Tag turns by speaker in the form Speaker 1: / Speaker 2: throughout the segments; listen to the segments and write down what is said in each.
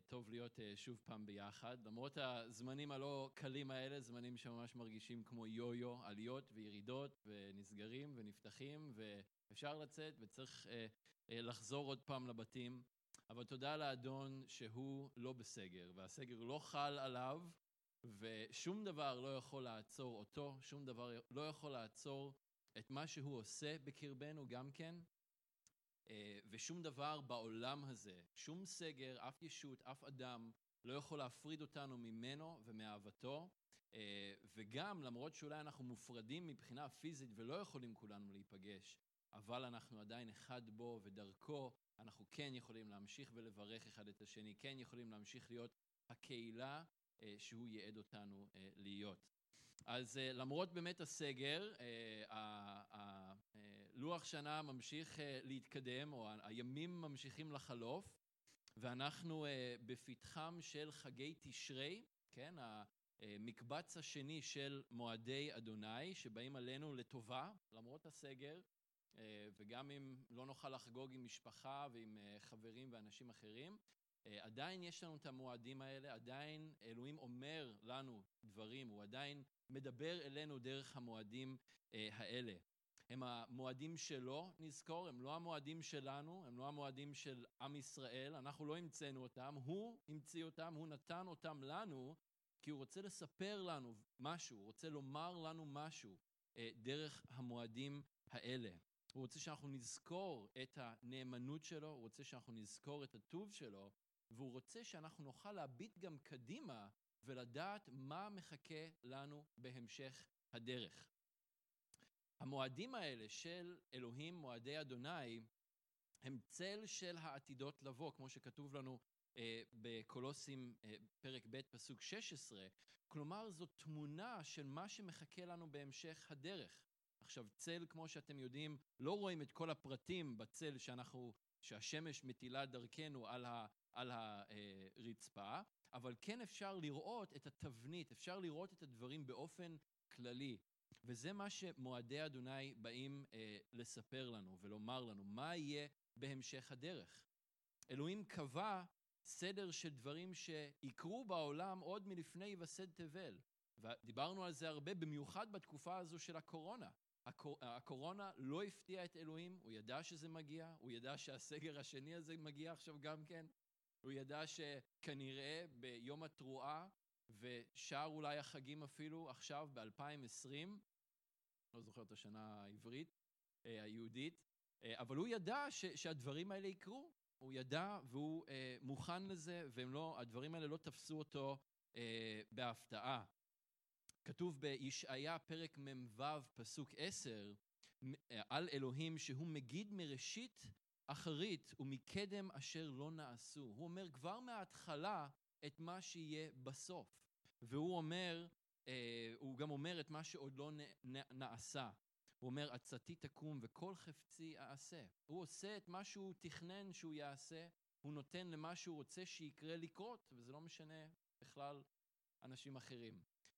Speaker 1: טוב להיות שוב פעם ביחד. למרות הזמנים הלא קלים האלה, זמנים שממש מרגישים כמו יו-יו, עליות וירידות ונסגרים ונפתחים, ואפשר לצאת וצריך לחזור עוד פעם לבתים. אבל תודה לאדון שהוא לא בסגר, והסגר לא חל עליו, ושום דבר לא יכול לעצור אותו, שום דבר לא יכול לעצור את מה שהוא עושה בקרבנו גם כן. ושום דבר בעולם הזה, שום סגר, אף ישות, אף אדם, לא יכול להפריד אותנו ממנו ומאהבתו, וגם למרות שאולי אנחנו מופרדים מבחינה פיזית ולא יכולים כולנו להיפגש, אבל אנחנו עדיין אחד בו ודרכו, אנחנו כן יכולים להמשיך ולברך אחד את השני, כן יכולים להמשיך להיות הקהילה שהוא ייעד אותנו להיות. אז למרות באמת הסגר, לוח שנה ממשיך להתקדם, או הימים ממשיכים לחלוף, ואנחנו בפתחם של חגי תשרי, כן, המקבץ השני של מועדי אדוני, שבאים עלינו לטובה, למרות הסגר, וגם אם לא נוכל לחגוג עם משפחה ועם חברים ואנשים אחרים, עדיין יש לנו את המועדים האלה, עדיין אלוהים אומר לנו דברים, הוא עדיין מדבר אלינו דרך המועדים האלה. הם המועדים שלו, נזכור, הם לא המועדים שלנו, הם לא המועדים של עם ישראל, אנחנו לא המצאנו אותם, הוא המציא אותם, הוא נתן אותם לנו, כי הוא רוצה לספר לנו משהו, הוא רוצה לומר לנו משהו דרך המועדים האלה. הוא רוצה שאנחנו נזכור את הנאמנות שלו, הוא רוצה שאנחנו נזכור את הטוב שלו, והוא רוצה שאנחנו נוכל להביט גם קדימה ולדעת מה מחכה לנו בהמשך הדרך. המועדים האלה של אלוהים, מועדי אדוני, הם צל של העתידות לבוא, כמו שכתוב לנו בקולוסים פרק ב' פסוק 16. כלומר, זו תמונה של מה שמחכה לנו בהמשך הדרך. עכשיו, צל, כמו שאתם יודעים, לא רואים את כל הפרטים בצל שהשמש מטילה דרכנו על הרצפה, אבל כן אפשר לראות את התבנית, אפשר לראות את הדברים באופן כללי. וזה מה שמועדי אדוני באים לספר לנו ולומר לנו, מה יהיה בהמשך הדרך. אלוהים קבע סדר של דברים שיקרו בעולם עוד מלפני היווסד תבל. ודיברנו על זה הרבה, במיוחד בתקופה הזו של הקורונה. הקורונה לא הפתיעה את אלוהים, הוא ידע שזה מגיע, הוא ידע שהסגר השני הזה מגיע עכשיו גם כן, הוא ידע שכנראה ביום התרועה, ושאר אולי החגים אפילו עכשיו ב-2020, לא זוכר את השנה העברית, היהודית, אבל הוא ידע שהדברים האלה יקרו, הוא ידע והוא מוכן לזה, והדברים האלה לא תפסו אותו בהפתעה. כתוב בישעיה פרק מ"ו פסוק 10, על אלוהים שהוא מגיד מראשית אחרית ומקדם אשר לא נעשו. הוא אומר כבר מההתחלה את מה שיהיה בסוף. והוא אומר, הוא גם אומר את מה שעוד לא נעשה. הוא אומר, עצתי תקום וכל חפצי אעשה. הוא עושה את מה שהוא תכנן שהוא יעשה, הוא נותן למה שהוא רוצה שיקרה לקרות, וזה לא משנה בכלל אנשים אחרים.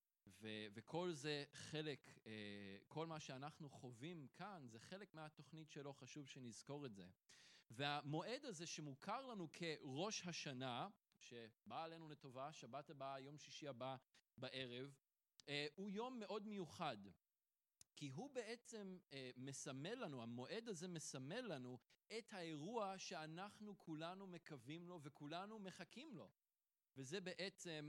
Speaker 1: וכל זה חלק, כל מה שאנחנו חווים כאן, זה חלק מהתוכנית שלו, חשוב שנזכור את זה. והמועד הזה שמוכר לנו כראש השנה, שבא עלינו לטובה, שבת הבאה, יום שישי הבא בערב, הוא יום מאוד מיוחד, כי הוא בעצם מסמל לנו, המועד הזה מסמל לנו את האירוע שאנחנו כולנו מקווים לו וכולנו מחכים לו. וזה בעצם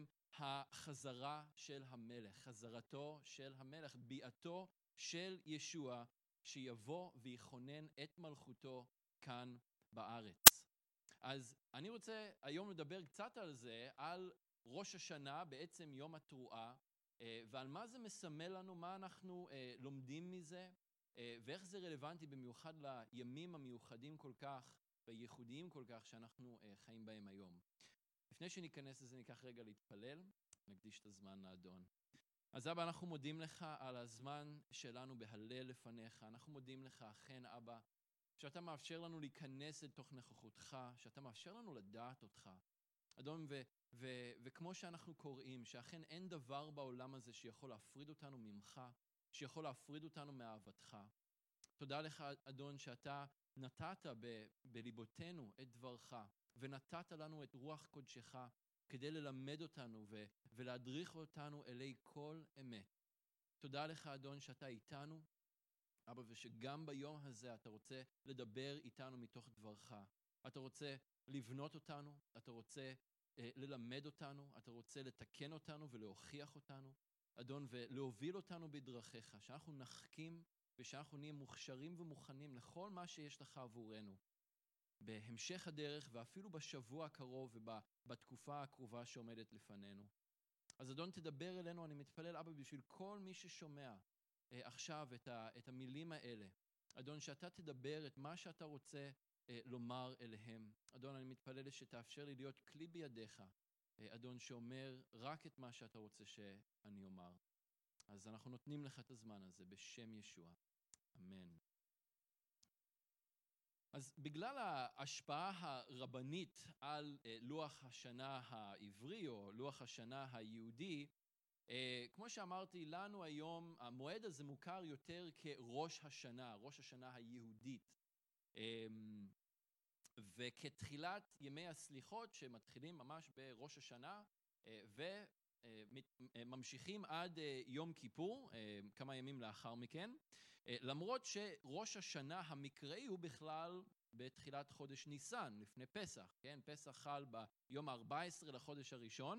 Speaker 1: החזרה של המלך, חזרתו של המלך, ביאתו של ישוע, שיבוא ויכונן את מלכותו כאן בארץ. אז אני רוצה היום לדבר קצת על זה, על ראש השנה, בעצם יום התרועה, ועל מה זה מסמל לנו, מה אנחנו לומדים מזה, ואיך זה רלוונטי במיוחד לימים המיוחדים כל כך, וייחודיים כל כך שאנחנו חיים בהם היום. לפני שניכנס לזה, ניקח רגע להתפלל, נקדיש את הזמן לאדון. אז אבא, אנחנו מודים לך על הזמן שלנו בהלל לפניך, אנחנו מודים לך, אכן אבא, שאתה מאפשר לנו להיכנס לתוך נוכחותך, שאתה מאפשר לנו לדעת אותך. אדון, וכמו שאנחנו קוראים, שאכן אין דבר בעולם הזה שיכול להפריד אותנו ממך, שיכול להפריד אותנו מאהבתך. תודה לך, אדון, שאתה נתת בליבותינו את דברך, ונתת לנו את רוח קודשך כדי ללמד אותנו ולהדריך אותנו אלי כל אמת. תודה לך, אדון, שאתה איתנו, אבא, ושגם ביום הזה אתה רוצה לדבר איתנו מתוך דברך. אתה רוצה לבנות אותנו, אתה רוצה ללמד אותנו, אתה רוצה לתקן אותנו ולהוכיח אותנו, אדון, ולהוביל אותנו בדרכיך, שאנחנו נחכים ושאנחנו נהיה מוכשרים ומוכנים לכל מה שיש לך עבורנו, בהמשך הדרך ואפילו בשבוע הקרוב ובתקופה הקרובה שעומדת לפנינו. אז אדון, תדבר אלינו, אני מתפלל, אבא, בשביל כל מי ששומע עכשיו את המילים האלה. אדון, שאתה תדבר את מה שאתה רוצה לומר אליהם. אדון, אני מתפלל שתאפשר לי להיות כלי בידיך, אדון, שאומר רק את מה שאתה רוצה שאני אומר. אז אנחנו נותנים לך את הזמן הזה בשם ישוע. אמן. אז בגלל ההשפעה הרבנית על לוח השנה העברי או לוח השנה היהודי, כמו שאמרתי, לנו היום המועד הזה מוכר יותר כראש השנה, ראש השנה היהודית. וכתחילת ימי הסליחות שמתחילים ממש בראש השנה וממשיכים עד יום כיפור, כמה ימים לאחר מכן, למרות שראש השנה המקראי הוא בכלל בתחילת חודש ניסן, לפני פסח, כן? פסח חל ביום ה-14 לחודש הראשון,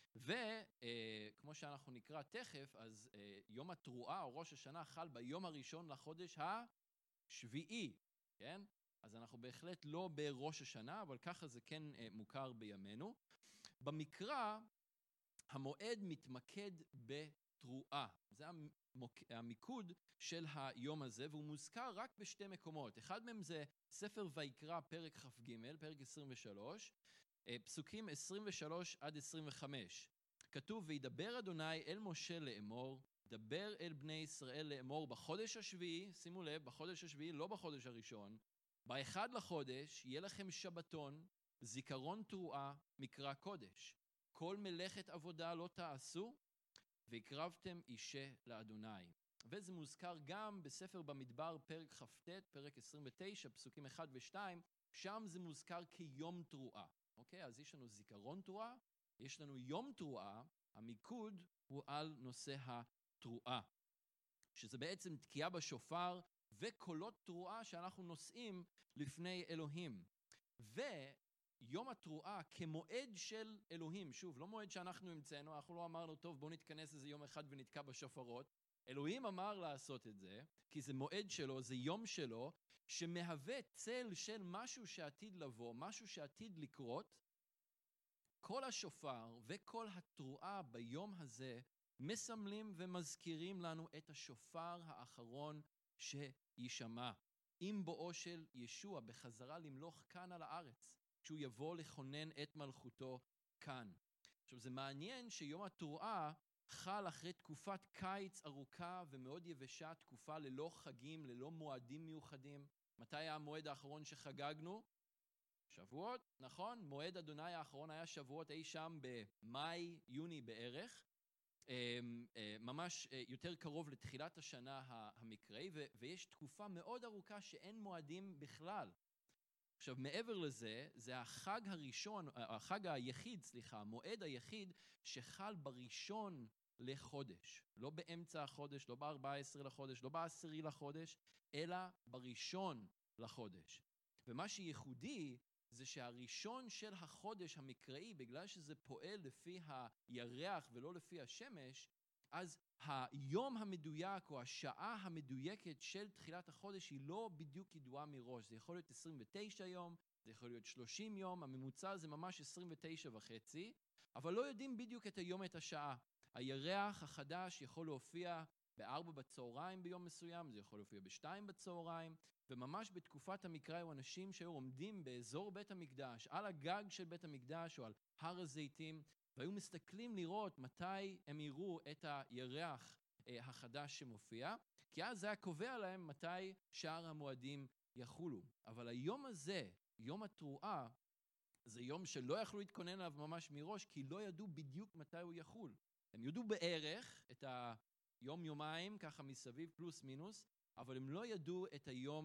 Speaker 1: וכמו שאנחנו נקרא תכף, אז יום התרועה או ראש השנה חל ביום הראשון לחודש השביעי, כן? אז אנחנו בהחלט לא בראש השנה, אבל ככה זה כן מוכר בימינו. במקרא, המועד מתמקד בתרועה. זה המיקוד של היום הזה, והוא מוזכר רק בשתי מקומות. אחד מהם זה ספר ויקרא, פרק כ"ג, פרק 23, פסוקים 23 עד 25. כתוב, וידבר אדוני אל משה לאמור, דבר אל בני ישראל לאמור בחודש השביעי, שימו לב, בחודש השביעי, לא בחודש הראשון, באחד לחודש יהיה לכם שבתון, זיכרון תרועה, מקרא קודש. כל מלאכת עבודה לא תעשו, והקרבתם אישה לאדוני. וזה מוזכר גם בספר במדבר, פרק כ"ט, פרק 29, פסוקים 1 ו-2, שם זה מוזכר כיום תרועה. אוקיי? אז יש לנו זיכרון תרועה, יש לנו יום תרועה, המיקוד הוא על נושא התרועה, שזה בעצם תקיעה בשופר וקולות תרועה שאנחנו נושאים לפני אלוהים. ויום התרועה כמועד של אלוהים, שוב, לא מועד שאנחנו המצאנו, אנחנו לא אמרנו, טוב, בואו נתכנס איזה יום אחד ונתקע בשופרות. אלוהים אמר לעשות את זה, כי זה מועד שלו, זה יום שלו, שמהווה צל של משהו שעתיד לבוא, משהו שעתיד לקרות. כל השופר וכל התרועה ביום הזה מסמלים ומזכירים לנו את השופר האחרון שישמע, עם בואו של ישוע בחזרה למלוך כאן על הארץ, שהוא יבוא לכונן את מלכותו כאן. עכשיו זה מעניין שיום התרועה חל אחרי תקופת קיץ ארוכה ומאוד יבשה, תקופה ללא חגים, ללא מועדים מיוחדים. מתי היה המועד האחרון שחגגנו? שבועות, נכון? מועד אדוני האחרון היה שבועות אי שם במאי, יוני בערך, ממש יותר קרוב לתחילת השנה המקראי, ויש תקופה מאוד ארוכה שאין מועדים בכלל. עכשיו, מעבר לזה, זה החג הראשון, החג היחיד, המועד היחיד שחל בראשון לחודש. לא באמצע החודש, לא ב-14 לחודש, לא ב-10 לחודש, אלא בראשון לחודש. ומה שייחודי זה שהראשון של החודש המקראי, בגלל שזה פועל לפי הירח ולא לפי השמש, אז היום המדויק או השעה המדויקת של תחילת החודש היא לא בדיוק ידועה מראש. זה יכול להיות 29 יום, זה יכול להיות 30 יום, הממוצע זה ממש 29 וחצי, אבל לא יודעים בדיוק את היום, את השעה. הירח החדש יכול להופיע ב-4 בצהריים ביום מסוים, זה יכול להופיע ב-2 בצהריים, וממש בתקופת המקרא היו אנשים שהיו עומדים באזור בית המקדש, על הגג של בית המקדש או על הר הזיתים, והיו מסתכלים לראות מתי הם יראו את הירח החדש שמופיע, כי אז זה היה קובע להם מתי שאר המועדים יחולו. אבל היום הזה, יום התרועה, זה יום שלא יכלו להתכונן עליו ממש מראש, כי לא ידעו בדיוק מתי הוא יחול. הם ידעו בערך את היום-יומיים, ככה מסביב, פלוס מינוס, אבל הם לא ידעו את היום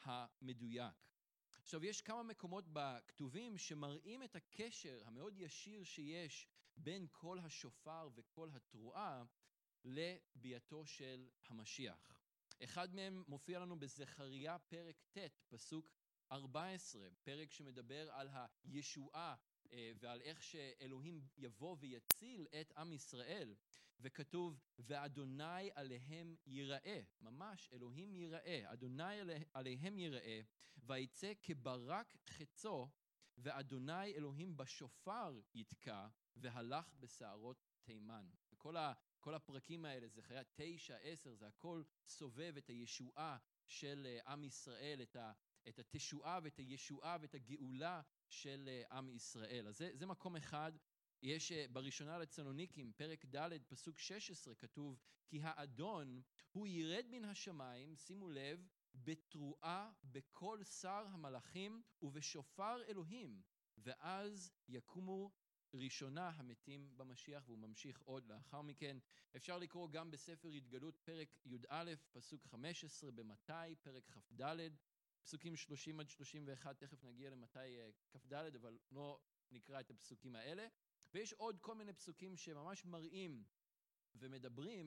Speaker 1: המדויק. עכשיו, יש כמה מקומות בכתובים שמראים את הקשר המאוד ישיר שיש בין כל השופר וכל התרועה לביאתו של המשיח. אחד מהם מופיע לנו בזכריה פרק ט', פסוק 14, פרק שמדבר על הישועה ועל איך שאלוהים יבוא ויציל את עם ישראל, וכתוב, ואדוני עליהם ייראה, ממש אלוהים ייראה, אדוני עליהם ייראה, ויצא כברק חצו, ואדוני אלוהים בשופר יתקע, והלך בשערות תימן. כל הפרקים האלה, זכריה 9, 10, זה הכל סובב את הישועה של עם ישראל, את התשועה ואת הישועה ואת הגאולה של עם ישראל. אז זה מקום אחד. יש בראשונה לצלוניקים, פרק ד', פסוק 16, כתוב, כי האדון הוא ירד מן השמיים, שימו לב, בתרועה בכל שר המלאכים ובשופר אלוהים, ואז יקומו ראשונה המתים במשיח, והוא ממשיך עוד לאחר מכן. אפשר לקרוא גם בספר התגלות, פרק י"א, פסוק 15, במתי, פרק כ"ד, פסוקים 30 עד 31, תכף נגיע למתי כ"ד, אבל לא נקרא את הפסוקים האלה. ויש עוד כל מיני פסוקים שממש מראים ומדברים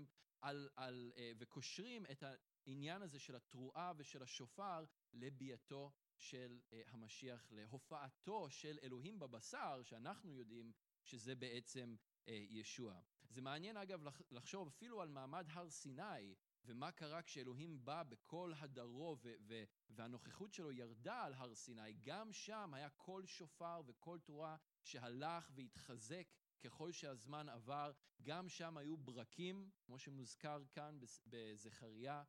Speaker 1: וקושרים את העניין הזה של התרועה ושל השופר לביאתו של המשיח, להופעתו של אלוהים בבשר, שאנחנו יודעים שזה בעצם ישוע. זה מעניין אגב לחשוב אפילו על מעמד הר סיני, ומה קרה כשאלוהים בא בכל הדרו והנוכחות שלו ירדה על הר סיני. גם שם היה כל שופר וכל תרועה שהלך והתחזק ככל שהזמן עבר. גם שם היו ברקים, כמו שמוזכר כאן בזכריה,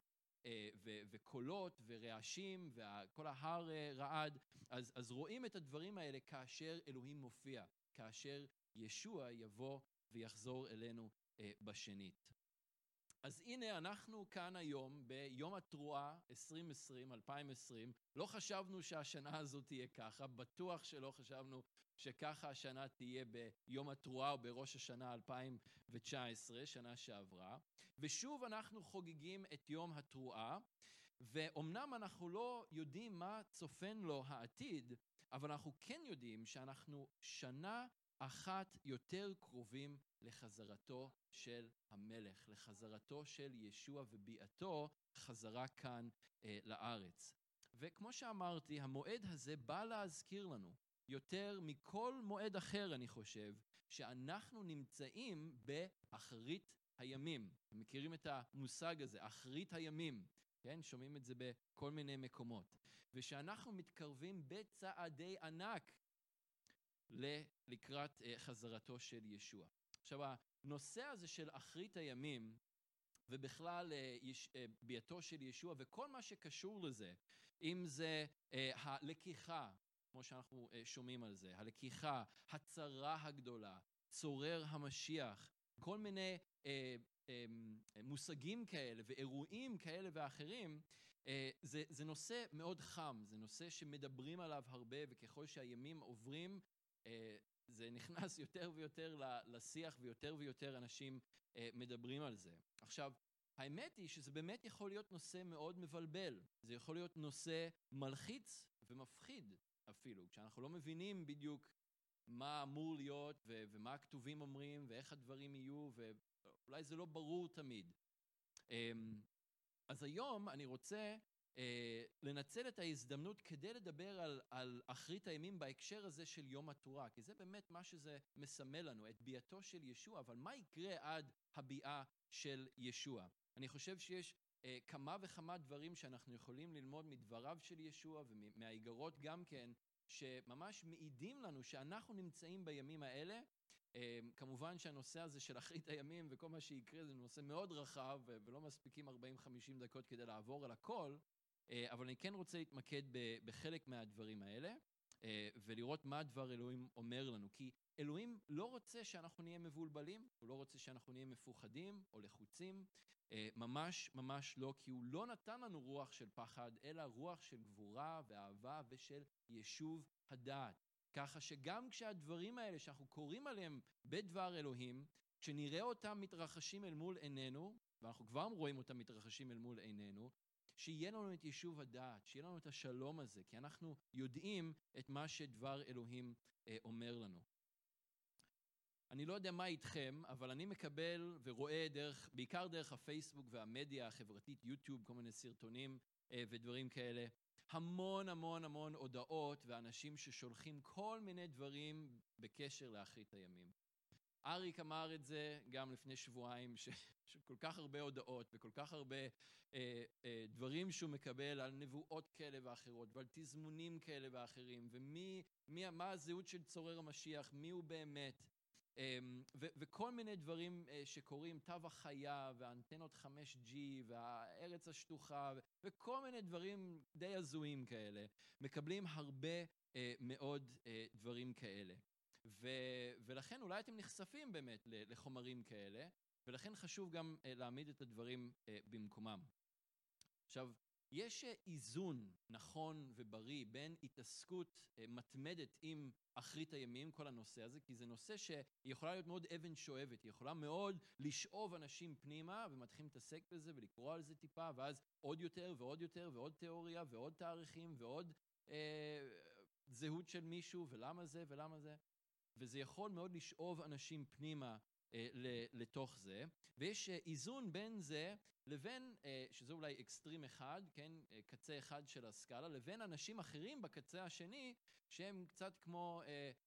Speaker 1: וקולות ורעשים וכל ההר רעד. אז רואים את הדברים האלה כאשר אלוהים מופיע, כאשר ישוע יבוא ויחזור אלינו בשנית. אז הנה אנחנו כאן היום ביום התרועה 2020, לא חשבנו שהשנה הזאת תהיה ככה, בטוח שלא חשבנו שככה השנה תהיה ביום התרועה או בראש השנה 2019, שנה שעברה, ושוב אנחנו חוגגים את יום התרועה, ואומנם אנחנו לא יודעים מה צופן לו העתיד, אבל אנחנו כן יודעים שאנחנו שנה אחת יותר קרובים לחזרתו של המלך, לחזרתו של ישוע וביאתו חזרה כאן לארץ. וכמו שאמרתי, המועד הזה בא להזכיר לנו, יותר מכל מועד אחר אני חושב, שאנחנו נמצאים באחרית הימים. אתם מכירים את המושג הזה, אחרית הימים, כן? שומעים את זה בכל מיני מקומות. ושאנחנו מתקרבים בצעדי ענק לקראת חזרתו של ישוע. עכשיו, הנושא הזה של אחרית הימים, ובכלל ביאתו של ישוע, וכל מה שקשור לזה, אם זה הלקיחה, כמו שאנחנו שומעים על זה, הלקיחה, הצרה הגדולה, צורר המשיח, כל מיני מושגים כאלה ואירועים כאלה ואחרים, זה נושא מאוד חם, זה נושא שמדברים עליו הרבה, וככל שהימים עוברים, זה נכנס יותר ויותר לשיח, ויותר ויותר אנשים מדברים על זה. עכשיו, האמת היא שזה באמת יכול להיות נושא מאוד מבלבל. זה יכול להיות נושא מלחיץ ומפחיד אפילו, כשאנחנו לא מבינים בדיוק מה אמור להיות, ומה הכתובים אומרים, ואיך הדברים יהיו, ואולי זה לא ברור תמיד. אז היום אני רוצה לנצל את ההזדמנות כדי לדבר על אחרית הימים בהקשר הזה של יום התרועה, כי זה באמת מה שזה מסמל לנו, את ביאתו של ישוע, אבל מה יקרה עד הביאה של ישוע? אני חושב שיש כמה וכמה דברים שאנחנו יכולים ללמוד מדבריו של ישוע ומהאיגרות גם כן, שממש מעידים לנו שאנחנו נמצאים בימים האלה. כמובן שהנושא הזה של אחרית הימים וכל מה שיקרה זה נושא מאוד רחב, ולא מספיקים 40-50 דקות כדי לעבור על הכל, אבל אני כן רוצה להתמקד בחלק מהדברים האלה, ולראות מה דבר אלוהים אומר לנו, כי אלוהים לא רוצה שאנחנו נהיה מבולבלים, הוא לא רוצה שאנחנו נהיה מפוחדים או לחוצים, ממש ממש לא, כי הוא לא נתן לנו רוח של פחד, אלא רוח של גבורה ואהבה ושל יישוב הדעת. ככה שגם כשהדברים האלה שאנחנו קוראים עליהם בדבר אלוהים, כשנראה אותם מתרחשים אל מול עינינו, ואנחנו כבר רואים אותם מתרחשים אל מול עינינו, שיהיה לנו את יישוב הדעת, שיהיה לנו את השלום הזה, כי אנחנו יודעים את מה שדבר אלוהים אומר לנו. אני לא יודע מה איתכם, אבל אני מקבל ורואה בעיקר דרך הפייסבוק והמדיה החברתית, יוטיוב, כל מיני סרטונים ודברים כאלה, המון המון המון הודעות ואנשים ששולחים כל מיני דברים בקשר לאחרית הימים. אריק אמר את זה גם לפני שבועיים, שכל כך הרבה הודעות וכל כך הרבה דברים שהוא מקבל על נבואות כאלה ואחרות ועל תזמונים כאלה ואחרים, ומה הזהות של צורר המשיח, מי הוא באמת, וכל מיני דברים שקורים, תו החיה והאנטנות 5G והארץ השטוחה וכל מיני דברים די הזויים כאלה, מקבלים הרבה מאוד דברים כאלה. ולכן אולי אתם נחשפים באמת לחומרים כאלה, ולכן חשוב גם להעמיד את הדברים במקומם. עכשיו, יש איזון נכון ובריא בין התעסקות מתמדת עם אחרית הימים, כל הנושא הזה, כי זה נושא שהיא יכולה להיות מאוד אבן שואבת, היא יכולה מאוד לשאוב אנשים פנימה, ומתחילים להתעסק בזה ולקרוא על זה טיפה, ואז עוד יותר ועוד יותר ועוד תיאוריה ועוד תאריכים ועוד זהות של מישהו, ולמה זה ולמה זה. וזה יכול מאוד לשאוב אנשים פנימה לתוך זה, ויש איזון בין זה לבין, שזה אולי אקסטרים אחד, כן, קצה אחד של הסקאלה, לבין אנשים אחרים בקצה השני, שהם קצת כמו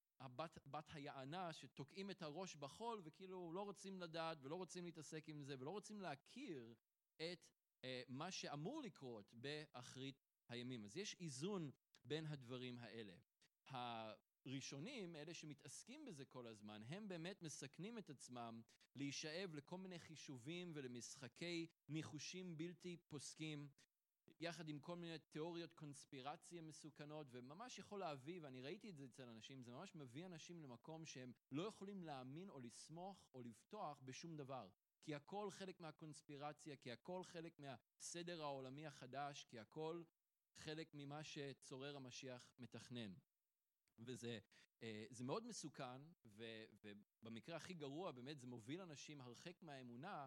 Speaker 1: בת היענה, שתוקעים את הראש בחול, וכאילו לא רוצים לדעת ולא רוצים להתעסק עם זה, ולא רוצים להכיר את מה שאמור לקרות באחרית הימים. אז יש איזון בין הדברים האלה. הראשונים, אלה שמתעסקים בזה כל הזמן, הם באמת מסכנים את עצמם להישאב לכל מיני חישובים ולמשחקי ניחושים בלתי פוסקים, יחד עם כל מיני תיאוריות קונספירציה מסוכנות, וממש יכול להביא, ואני ראיתי את זה אצל אנשים, זה ממש מביא אנשים למקום שהם לא יכולים להאמין או לסמוך או לפתוח בשום דבר. כי הכל חלק מהקונספירציה, כי הכל חלק מהסדר העולמי החדש, כי הכל חלק ממה שצורר המשיח מתכנן. וזה מאוד מסוכן, ובמקרה הכי גרוע באמת זה מוביל אנשים הרחק מהאמונה,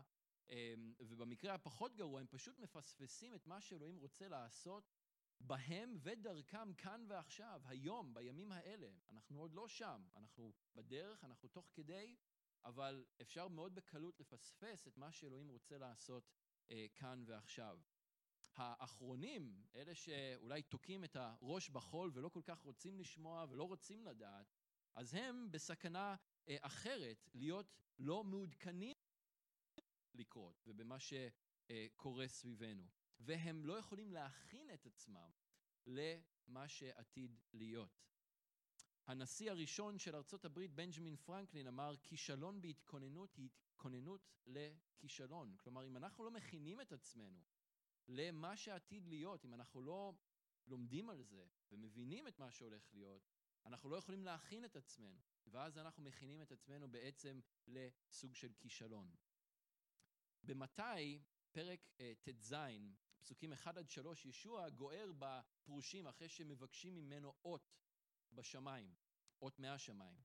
Speaker 1: ובמקרה הפחות גרוע הם פשוט מפספסים את מה שאלוהים רוצה לעשות בהם ודרכם כאן ועכשיו, היום, בימים האלה. אנחנו עוד לא שם, אנחנו בדרך, אנחנו תוך כדי, אבל אפשר מאוד בקלות לפספס את מה שאלוהים רוצה לעשות כאן ועכשיו. האחרונים, אלה שאולי תוקעים את הראש בחול ולא כל כך רוצים לשמוע ולא רוצים לדעת, אז הם בסכנה אחרת, להיות לא מעודכנים לקרות ובמה שקורה סביבנו. והם לא יכולים להכין את עצמם למה שעתיד להיות. הנשיא הראשון של ארצות הברית, בנג'מין פרנקלין, אמר, כישלון בהתכוננות היא התכוננות לכישלון. כלומר, אם אנחנו לא מכינים את עצמנו למה שעתיד להיות, אם אנחנו לא לומדים על זה ומבינים את מה שהולך להיות, אנחנו לא יכולים להכין את עצמנו, ואז אנחנו מכינים את עצמנו בעצם לסוג של כישלון. במתי, פרק ט"ז, פסוקים 1-3, ישוע גוער בפרושים אחרי שמבקשים ממנו אות בשמיים, אות מהשמיים.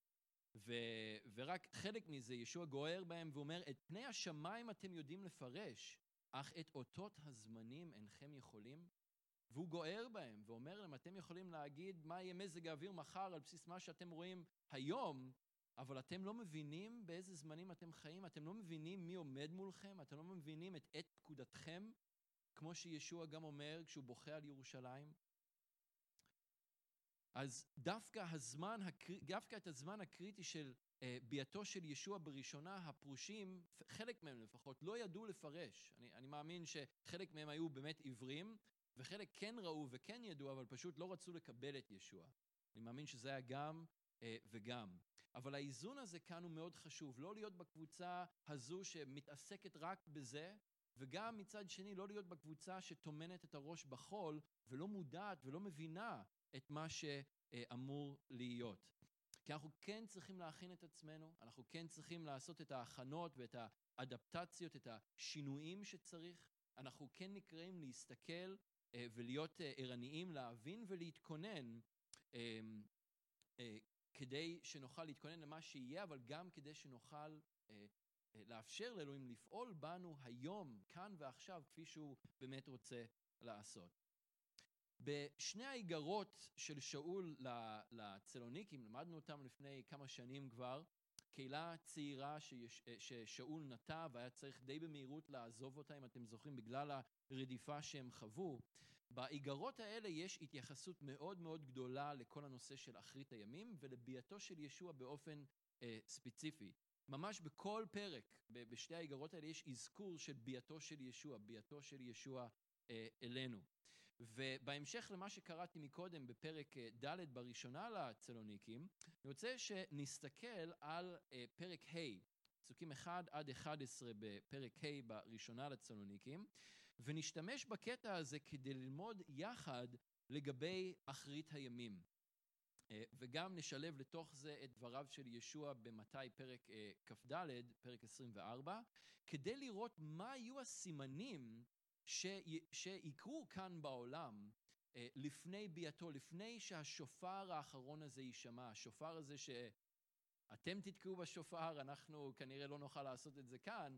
Speaker 1: ורק חלק מזה ישוע גוער בהם ואומר, את פני השמיים אתם יודעים לפרש, אך את אותות הזמנים אינכם יכולים? והוא גוער בהם ואומר להם, אתם יכולים להגיד מה יהיה מזג האוויר מחר על בסיס מה שאתם רואים היום, אבל אתם לא מבינים באיזה זמנים אתם חיים, אתם לא מבינים מי עומד מולכם, אתם לא מבינים את עת פקודתכם, כמו שישוע גם אומר כשהוא בוכה על ירושלים. אז דווקא את הזמן הקריטי של ביאתו של ישוע בראשונה, הפרושים, חלק מהם לפחות, לא ידעו לפרש. אני מאמין שחלק מהם היו באמת עיוורים, וחלק כן ראו וכן ידעו, אבל פשוט לא רצו לקבל את ישוע. אני מאמין שזה היה גם וגם. אבל האיזון הזה כאן הוא מאוד חשוב, לא להיות בקבוצה הזו שמתעסקת רק בזה, וגם מצד שני לא להיות בקבוצה שתומנת את הראש בחול, ולא מודעת ולא מבינה את מה שאמור להיות. כי אנחנו כן צריכים להכין את עצמנו, אנחנו כן צריכים לעשות את ההכנות ואת האדפטציות, את השינויים שצריך. אנחנו כן נקראים להסתכל ולהיות ערניים, להבין ולהתכונן, כדי שנוכל להתכונן למה שיהיה, אבל גם כדי שנוכל לאפשר לאלוהים לפעול בנו היום, כאן ועכשיו, כפי שהוא באמת רוצה לעשות. בשני האיגרות של שאול לצלוניקים, למדנו אותם לפני כמה שנים כבר, קהילה צעירה ששאול נטע והיה צריך די במהירות לעזוב אותה, אם אתם זוכרים, בגלל הרדיפה שהם חוו. באיגרות האלה יש התייחסות מאוד מאוד גדולה לכל הנושא של אחרית הימים ולביאתו של ישוע באופן ספציפי. ממש בכל פרק, בשתי האיגרות האלה יש אזכור של ביאתו של ישוע, ביאתו של ישוע אלינו. ובהמשך למה שקראתי מקודם בפרק ד' בראשונה לצלוניקים, אני רוצה שנסתכל על פרק ה', פסוקים 1 עד 11 בפרק ה' בראשונה לצלוניקים, ונשתמש בקטע הזה כדי ללמוד יחד לגבי אחרית הימים. וגם נשלב לתוך זה את דבריו של ישוע במתי פרק כ"ד, פרק 24, כדי לראות מה יהיו הסימנים שיקרו כאן בעולם לפני ביאתו, לפני שהשופר האחרון הזה יישמע, השופר הזה שאתם תתקעו בשופר, אנחנו כנראה לא נוכל לעשות את זה כאן,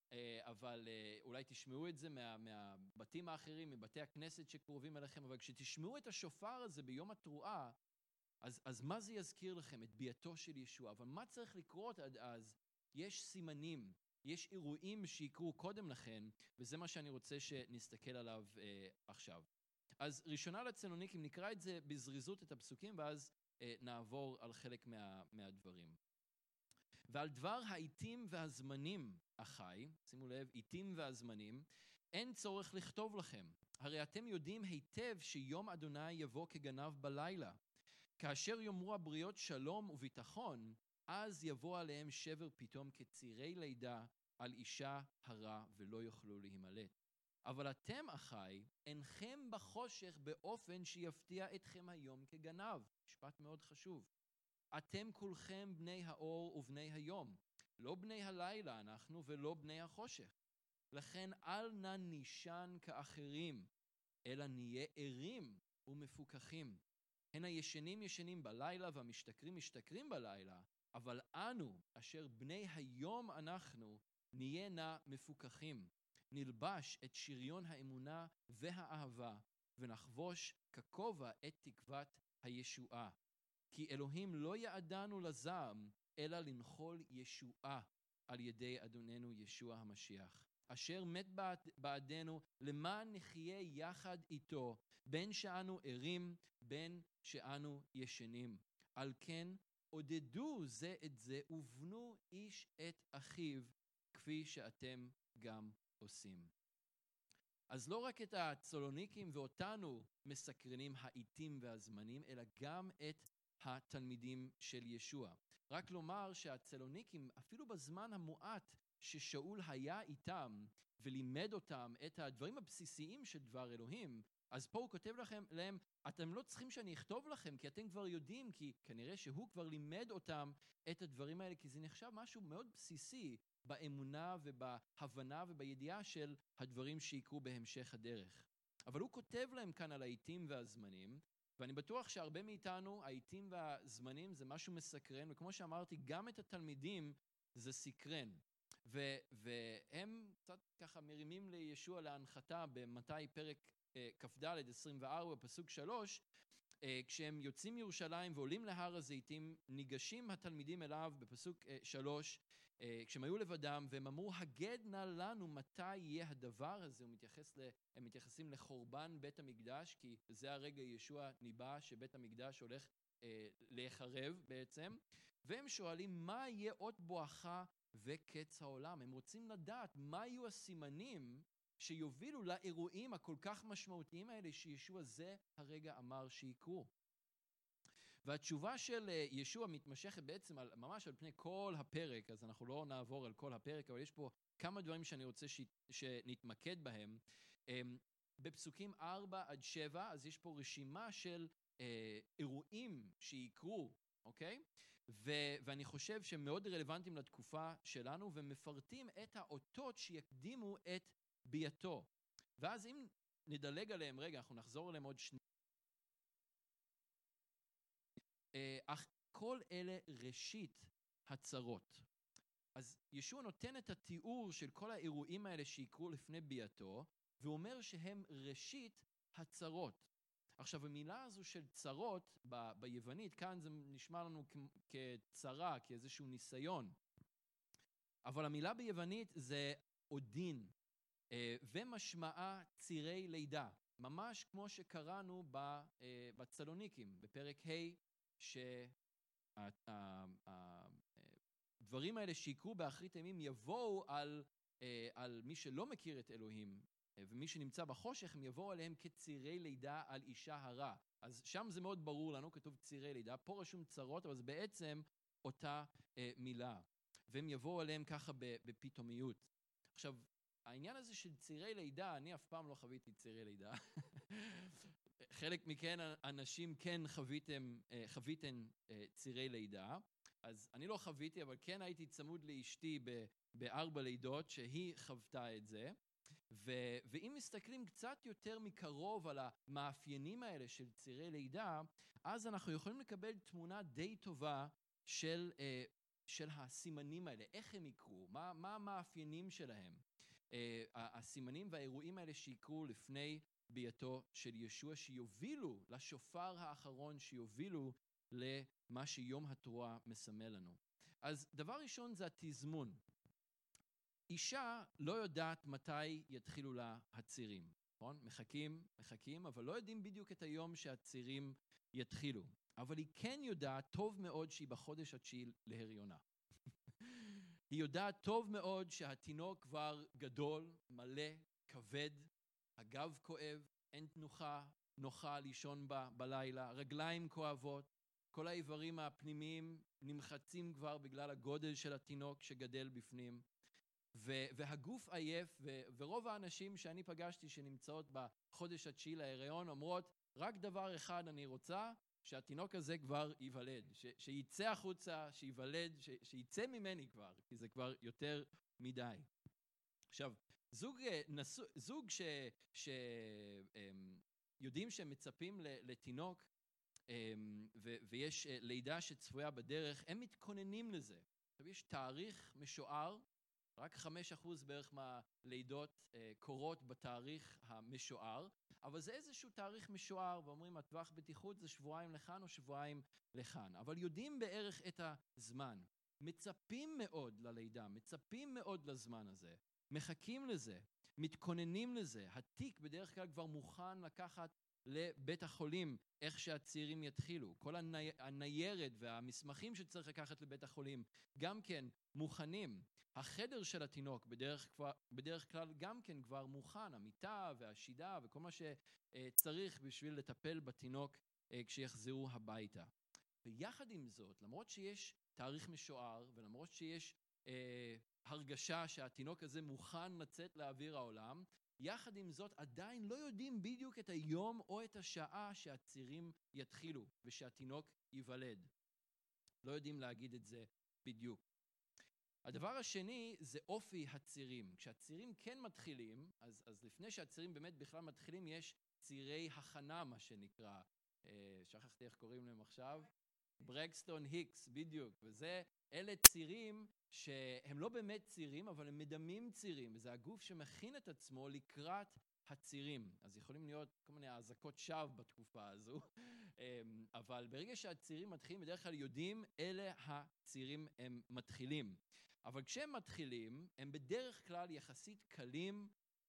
Speaker 1: אבל אולי תשמעו את זה מהבתים האחרים, מבתי הכנסת שקרובים אליכם, אבל כשתשמעו את השופר הזה ביום התרועה, אז מה זה יזכיר לכם? את ביאתו של ישוע. אבל מה צריך לקרות עד אז? יש סימנים, יש אירועים שיקרו קודם לכן, וזה מה שאני רוצה שנסתכל עליו עכשיו. אז ראשונה לצלוניקים, נקרא את זה בזריזות את הפסוקים, ואז נעבור על חלק מהדברים. ועל דבר העיתים והזמנים, אחי, שימו לב, עיתים והזמנים, אין צורך לכתוב לכם. הרי אתם יודעים היטב שיום אדוני יבוא כגנב בלילה. כאשר יאמרו הבריות שלום וביטחון, אז יבוא עליהם שבר פתאום כצירי לידה על אישה הרה ולא יוכלו להימלט. אבל אתם, אחי, אינכם בחושך באופן שיפתיע אתכם היום כגנב. משפט מאוד חשוב. אתם כולכם בני האור ובני היום. לא בני הלילה אנחנו ולא בני החושך. לכן אל נא נישן כאחרים, אלא נהיה ערים ומפוקחים. הן הישנים ישנים בלילה והמשתכרים משתכרים בלילה, אבל אנו, אשר בני היום אנחנו, נהיה נא מפוקחים. נלבש את שריון האמונה והאהבה, ונחבוש ככובע את תקוות הישועה. כי אלוהים לא יעדנו לזעם, אלא לנחול ישועה על ידי אדוננו ישוע המשיח. אשר מת בעדנו למען נחיה יחד איתו, בין שאנו ערים, בין שאנו ישנים. על כן עודדו זה את זה ובנו איש את אחיו, כפי שאתם גם עושים. אז לא רק את הצלוניקים ואותנו מסקרנים העיתים והזמנים, אלא גם את התלמידים של ישוע. רק לומר שהצלוניקים, אפילו בזמן המועט ששאול היה איתם ולימד אותם את הדברים הבסיסיים של דבר אלוהים, אז פה הוא כותב להם, אתם לא צריכים שאני אכתוב לכם, כי אתם כבר יודעים, כי כנראה שהוא כבר לימד אותם את הדברים האלה, כי זה נחשב משהו מאוד בסיסי באמונה ובהבנה ובידיעה של הדברים שיקרו בהמשך הדרך. אבל הוא כותב להם כאן על העיתים והזמנים, ואני בטוח שהרבה מאיתנו, העיתים והזמנים זה משהו מסקרן, וכמו שאמרתי, גם את התלמידים זה סקרן. והם קצת ככה מרימים לישוע להנחתה במתי פרק כ"ד 24 פסוק 3, כשהם יוצאים מירושלים ועולים להר הזיתים, ניגשים התלמידים אליו בפסוק 3, כשהם היו לבדם, והם אמרו, הגד נא לנו מתי יהיה הדבר הזה. הם מתייחסים לחורבן בית המקדש, כי זה הרגע ישוע ניבא שבית המקדש הולך להיחרב בעצם, והם שואלים מה יהיה אות בואכה וקץ העולם. הם רוצים לדעת מה יהיו הסימנים שיובילו לאירועים הכל כך משמעותיים האלה שישוע זה הרגע אמר שיקרו. והתשובה של ישוע מתמשכת בעצם ממש על פני כל הפרק, אז אנחנו לא נעבור על כל הפרק, אבל יש פה כמה דברים שאני רוצה שנתמקד בהם. בפסוקים 4 עד 7, אז יש פה רשימה של אירועים שיקרו, אוקיי? ואני חושב שהם מאוד רלוונטיים לתקופה שלנו, ומפרטים את האותות שיקדימו את ביאתו. ואז אם נדלג עליהם, רגע, אנחנו נחזור עליהם עוד שנייה. אך כל אלה ראשית הצרות. אז ישוע נותן את התיאור של כל האירועים האלה שיקרו לפני ביאתו, והוא אומר שהם ראשית הצרות. עכשיו, המילה הזו של צרות ביוונית, כאן זה נשמע לנו כצרה, כאיזשהו ניסיון. אבל המילה ביוונית זה עודין, ומשמעה צירי לידה. ממש כמו שקראנו בצלוניקים, בפרק ה' שהדברים האלה שיקרו באחרית הימים יבואו על מי שלא מכיר את אלוהים, ומי שנמצא בחושך, הם יבואו עליהם כצירי לידה על אישה הרע. אז שם זה מאוד ברור לנו, כתוב צירי לידה, פה רשום צרות, אבל זה בעצם אותה מילה. והם יבואו עליהם ככה בפתאומיות. עכשיו, העניין הזה של צירי לידה, אני אף פעם לא חוויתי צירי לידה. חלק מכן אנשים כן חוויתם צירי לידה, אז אני לא חוויתי, אבל כן הייתי צמוד לאשתי ב4 לידות, שהיא חוותה את זה. ואם מסתכלים קצת יותר מקרוב על המאפיינים האלה של צירי לידה, אז אנחנו יכולים לקבל תמונה די טובה של הסימנים האלה, איך הם יקרו, מה המאפיינים שלהם. הסימנים והאירועים האלה שיקרו לפני ביאתו של ישוע, שיובילו לשופר האחרון, שיובילו למה שיום התרועה מסמל לנו. אז דבר ראשון זה התזמון. אישה לא יודעת מתי יתחילו לה הצירים, נכון? מחכים, אבל לא יודעים בדיוק את היום שהצירים יתחילו. אבל היא כן יודעת טוב מאוד שהיא בחודש התשיעי להריונה. היא יודעת טוב מאוד שהתינוק כבר גדול, מלא, כבד, הגב כואב, אין תנוחה, נוחה לישון בלילה, רגליים כואבות, כל האיברים הפנימיים נמחצים כבר בגלל הגודל של התינוק שגדל בפנים. והגוף עייף, ורוב האנשים שאני פגשתי שנמצאות בחודש התשיעי להיריון אומרות, רק דבר אחד אני רוצה, שהתינוק הזה כבר ייוולד, שיצא החוצה, שיוולד, שיצא ממני כבר, כי זה כבר יותר מדי. עכשיו, זוג שיודעים שהם מצפים לתינוק, ויש לידה שצפויה בדרך, הם מתכוננים לזה. עכשיו, יש תאריך משוער, רק 5% בערך מהלידות קורות בתאריך המשוער, אבל זה איזשהו תאריך משוער, ואומרים, הטווח בטיחות זה שבועיים לכאן או שבועיים לכאן. אבל יודעים בערך את הזמן. מצפים מאוד ללידה, מצפים מאוד לזמן הזה, מחכים לזה, מתכוננים לזה. התיק בדרך כלל כבר מוכן לקחת לבית החולים, איך שהצעירים יתחילו. כל הניירת והמסמכים שצריך לקחת לבית החולים, גם כן מוכנים. החדר של התינוק בדרך כלל גם כן כבר מוכן, המיטה והשידה וכל מה שצריך בשביל לטפל בתינוק כשיחזרו הביתה. ויחד עם זאת, למרות שיש תאריך משוער, ולמרות שיש הרגשה שהתינוק הזה מוכן לצאת לאוויר העולם, יחד עם זאת עדיין לא יודעים בדיוק את היום או את השעה שהצירים יתחילו ושהתינוק ייוולד. לא יודעים להגיד את זה בדיוק. הדבר השני זה אופי הצירים. כשהצירים כן מתחילים, אז לפני שהצירים באמת בכלל מתחילים, יש צירי הכנה, מה שנקרא. שכחתי איך קוראים להם עכשיו. ברקסטון היקס, בדיוק. אלה צירים שהם לא באמת צירים, אבל הם מדמים צירים. וזה הגוף שמכין את עצמו לקראת הצירים. אז יכולים להיות כל מיני האזעקות שווא בתקופה הזו. אבל ברגע שהצירים מתחילים, בדרך כלל יודעים, אלה הצירים הם מתחילים. אבל כשהם מתחילים, הם בדרך כלל יחסית קלים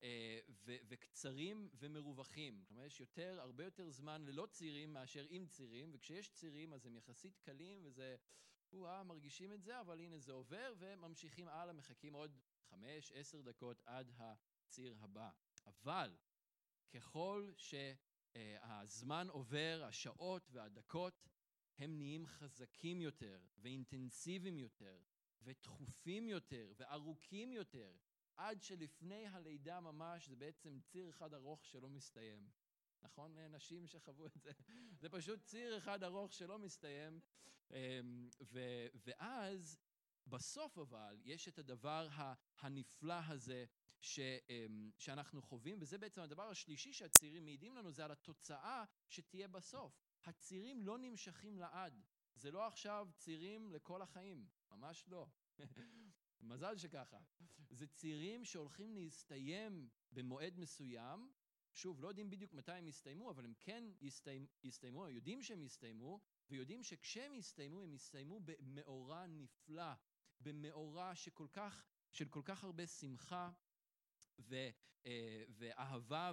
Speaker 1: וקצרים ומרווחים. כלומר, יש הרבה יותר זמן ללא צירים מאשר עם צירים, וכשיש צירים אז הם יחסית קלים, וזה, מרגישים את זה, אבל הנה זה עובר, וממשיכים הלאה, מחכים עוד 5-10 דקות עד הציר הבא. אבל ככל שהזמן עובר, השעות והדקות, הם נהיים חזקים יותר ואינטנסיביים יותר, ודחופים יותר וארוכים יותר, עד שלפני הלידה ממש זה בעצם ציר אחד ארוך שלא מסתיים. נכון, נשים שחוו את זה? זה פשוט ציר אחד ארוך שלא מסתיים, ואז בסוף אבל יש את הדבר הנפלא הזה שאנחנו חווים, וזה בעצם הדבר השלישי שהצירים מעידים לנו, זה על התוצאה שתהיה בסוף. הצירים לא נמשכים לעד. זה לא עכשיו צירים לכל החיים, ממש לא. מזל שככה. זה צירים שהולכים להסתיים במועד מסוים, שוב, לא יודעים בדיוק מתי הם יסתיימו, אבל הם כן יסתיימו, יודעים שהם יסתיימו, ויודעים שכשהם יסתיימו, הם יסתיימו במאורע נפלא, במאורע של כל כך הרבה שמחה ואהבה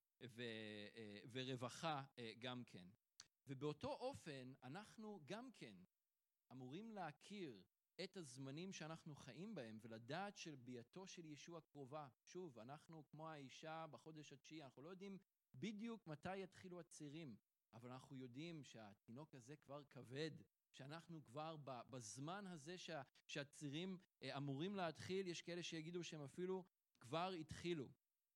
Speaker 1: ורווחה גם כן. ובאותו אופן אנחנו גם כן אמורים להכיר את הזמנים שאנחנו חיים בהם ולדעת של ביאתו של ישוע קרובה. שוב, אנחנו כמו האישה בחודש התשיעי, אנחנו לא יודעים בדיוק מתי יתחילו הצירים, אבל אנחנו יודעים שהתינוק הזה כבר כבד, שאנחנו כבר בזמן הזה שהצירים אמורים להתחיל, יש כאלה שיגידו שהם אפילו כבר התחילו.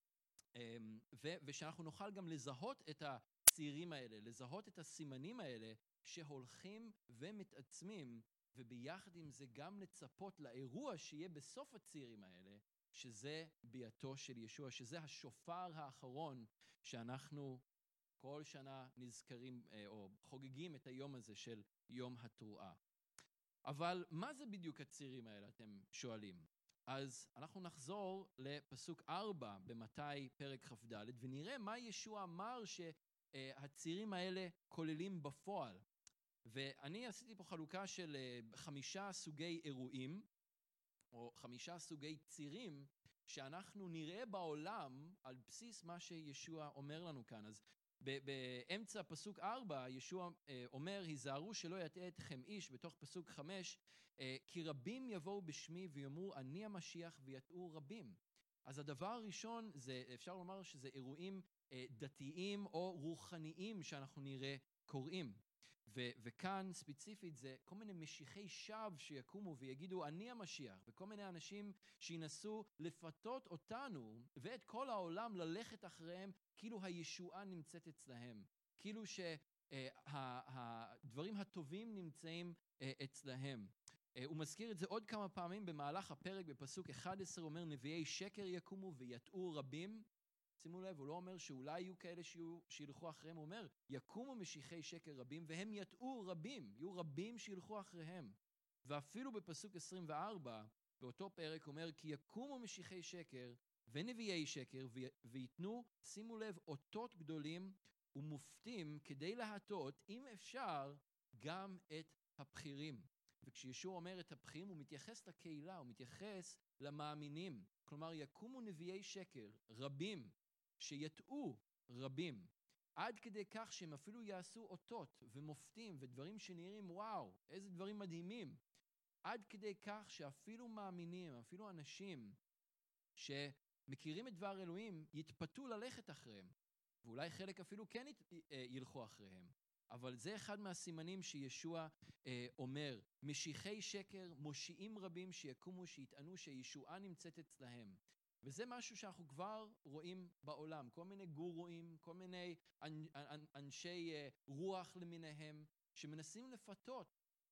Speaker 1: ושאנחנו נוכל גם לזהות את הצירים האלה, לזהות את הסימנים האלה שהולכים ומתעצמים, וביחד עם זה גם לצפות לאירוע שיהיה בסוף הצירים האלה, שזה ביאתו של ישוע, שזה השופר האחרון שאנחנו כל שנה נזכרים או חוגגים את היום הזה של יום התרועה. אבל מה זה בדיוק הצירים האלה, אתם שואלים? אז אנחנו נחזור לפסוק 4 במתי פרק כ"ד, ונראה מה ישוע אמר שהצירים האלה כוללים בפועל. ואני עשיתי פה חלוקה של 5 סוגי אירועים, או 5 סוגי צירים, שאנחנו נראה בעולם על בסיס מה שישוע אומר לנו כאן. אז באמצע פסוק 4, ישוע אומר, היזהרו שלא יטעה אתכם איש, בתוך פסוק 5, כי רבים יבואו בשמי ויאמרו, אני המשיח, ויטעו רבים. אז הדבר הראשון, אפשר לומר שזה אירועים דתיים או רוחניים שאנחנו נראה קוראים. וכאן ספציפית זה כל מיני משיחי שווא שיקומו ויגידו אני המשיח, וכל מיני אנשים שינסו לפתות אותנו ואת כל העולם ללכת אחריהם כאילו הישועה נמצאת אצלהם, כאילו שהדברים הטובים נמצאים אצלהם. הוא מזכיר את זה עוד כמה פעמים במהלך הפרק, בפסוק 11 הוא אומר נביאי שקר יקומו ויטעו רבים. שימו לב, הוא לא אומר שאולי יהיו כאלה שילכו אחריהם, הוא אומר, יקומו משיחי שקר רבים, והם יטעו רבים, יהיו רבים שילכו אחריהם. ואפילו בפסוק 24, באותו פרק הוא אומר, כי יקומו משיחי שקר ונביאי שקר, ויתנו, שימו לב, אותות גדולים ומופתים, כדי להטות, אם אפשר, גם את הבכירים. וכשישוע אומר את הבכירים, הוא מתייחס לקהילה, הוא מתייחס למאמינים. כלומר, יקומו נביאי שקר רבים, שיטעו רבים, עד כדי כך שהם אפילו יעשו אותות ומופתים ודברים שנראים וואו, איזה דברים מדהימים, עד כדי כך שאפילו מאמינים, אפילו אנשים שמכירים את דבר אלוהים, יתפתו ללכת אחריהם, ואולי חלק אפילו כן ילכו אחריהם. אבל זה אחד מהסימנים שישוע אומר, משיחי שקר, מושיעים רבים שיקומו, שיטענו שישועה נמצאת אצלהם. וזה משהו שאנחנו כבר רואים בעולם, כל מיני גורואים, כל מיני אנשי רוח למיניהם, שמנסים לפתות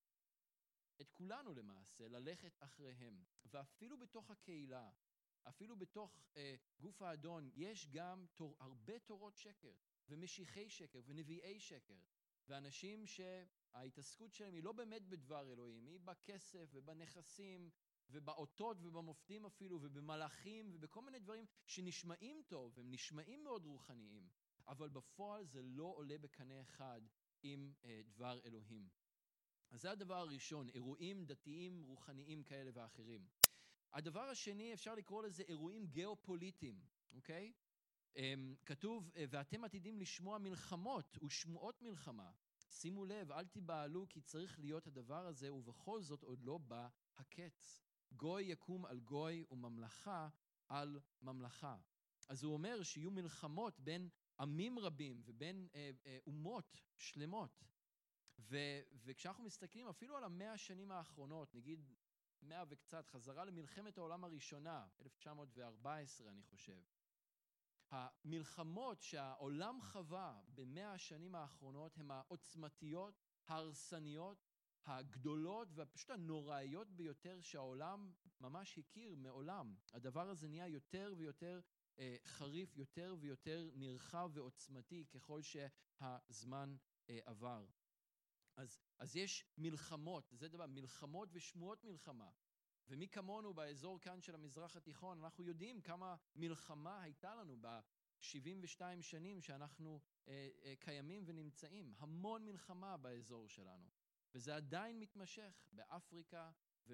Speaker 1: את כולנו למעשה, ללכת אחריהם. ואפילו בתוך הקהילה, אפילו בתוך גוף האדון, יש גם הרבה תורות שקר, ומשיחי שקר, ונביאי שקר, ואנשים שההתעסקות שלהם היא לא באמת בדבר אלוהים, היא בכסף ובנכסים, ובאותות ובמופתים אפילו, ובמלאכים, ובכל מיני דברים שנשמעים טוב, הם נשמעים מאוד רוחניים, אבל בפועל זה לא עולה בקנה אחד עם דבר אלוהים. אז זה הדבר הראשון, אירועים דתיים רוחניים כאלה ואחרים. הדבר השני, אפשר לקרוא לזה אירועים גיאופוליטיים, אוקיי? כתוב, ואתם עתידים לשמוע מלחמות ושמועות מלחמה. שימו לב, אל תיבהלו, כי צריך להיות הדבר הזה, ובכל זאת עוד לא בא הקץ. גוי יקום על גוי וממלכה על ממלכה. אז הוא אומר שיהיו מלחמות בין עמים רבים ובין אומות שלמות. וכשאנחנו מסתכלים אפילו על 100 השנים האחרונות, נגיד 100 וקצת, חזרה למלחמת העולם הראשונה, 1914 אני חושב. המלחמות שהעולם חווה ב100 השנים האחרונות הן העוצמתיות, ההרסניות, הגדולות ופשוט הנוראיות ביותר שהעולם ממש הכיר מעולם. הדבר הזה נהיה יותר ויותר חריף, יותר ויותר נרחב ועוצמתי ככל שהזמן עבר. אז יש מלחמות, זה דבר, מלחמות ושמועות מלחמה. ומי כמונו באזור כאן של המזרח התיכון, אנחנו יודעים כמה מלחמה הייתה לנו ב-72 שנים שאנחנו קיימים ונמצאים. המון מלחמה באזור שלנו. וזה עדיין מתמשך באפריקה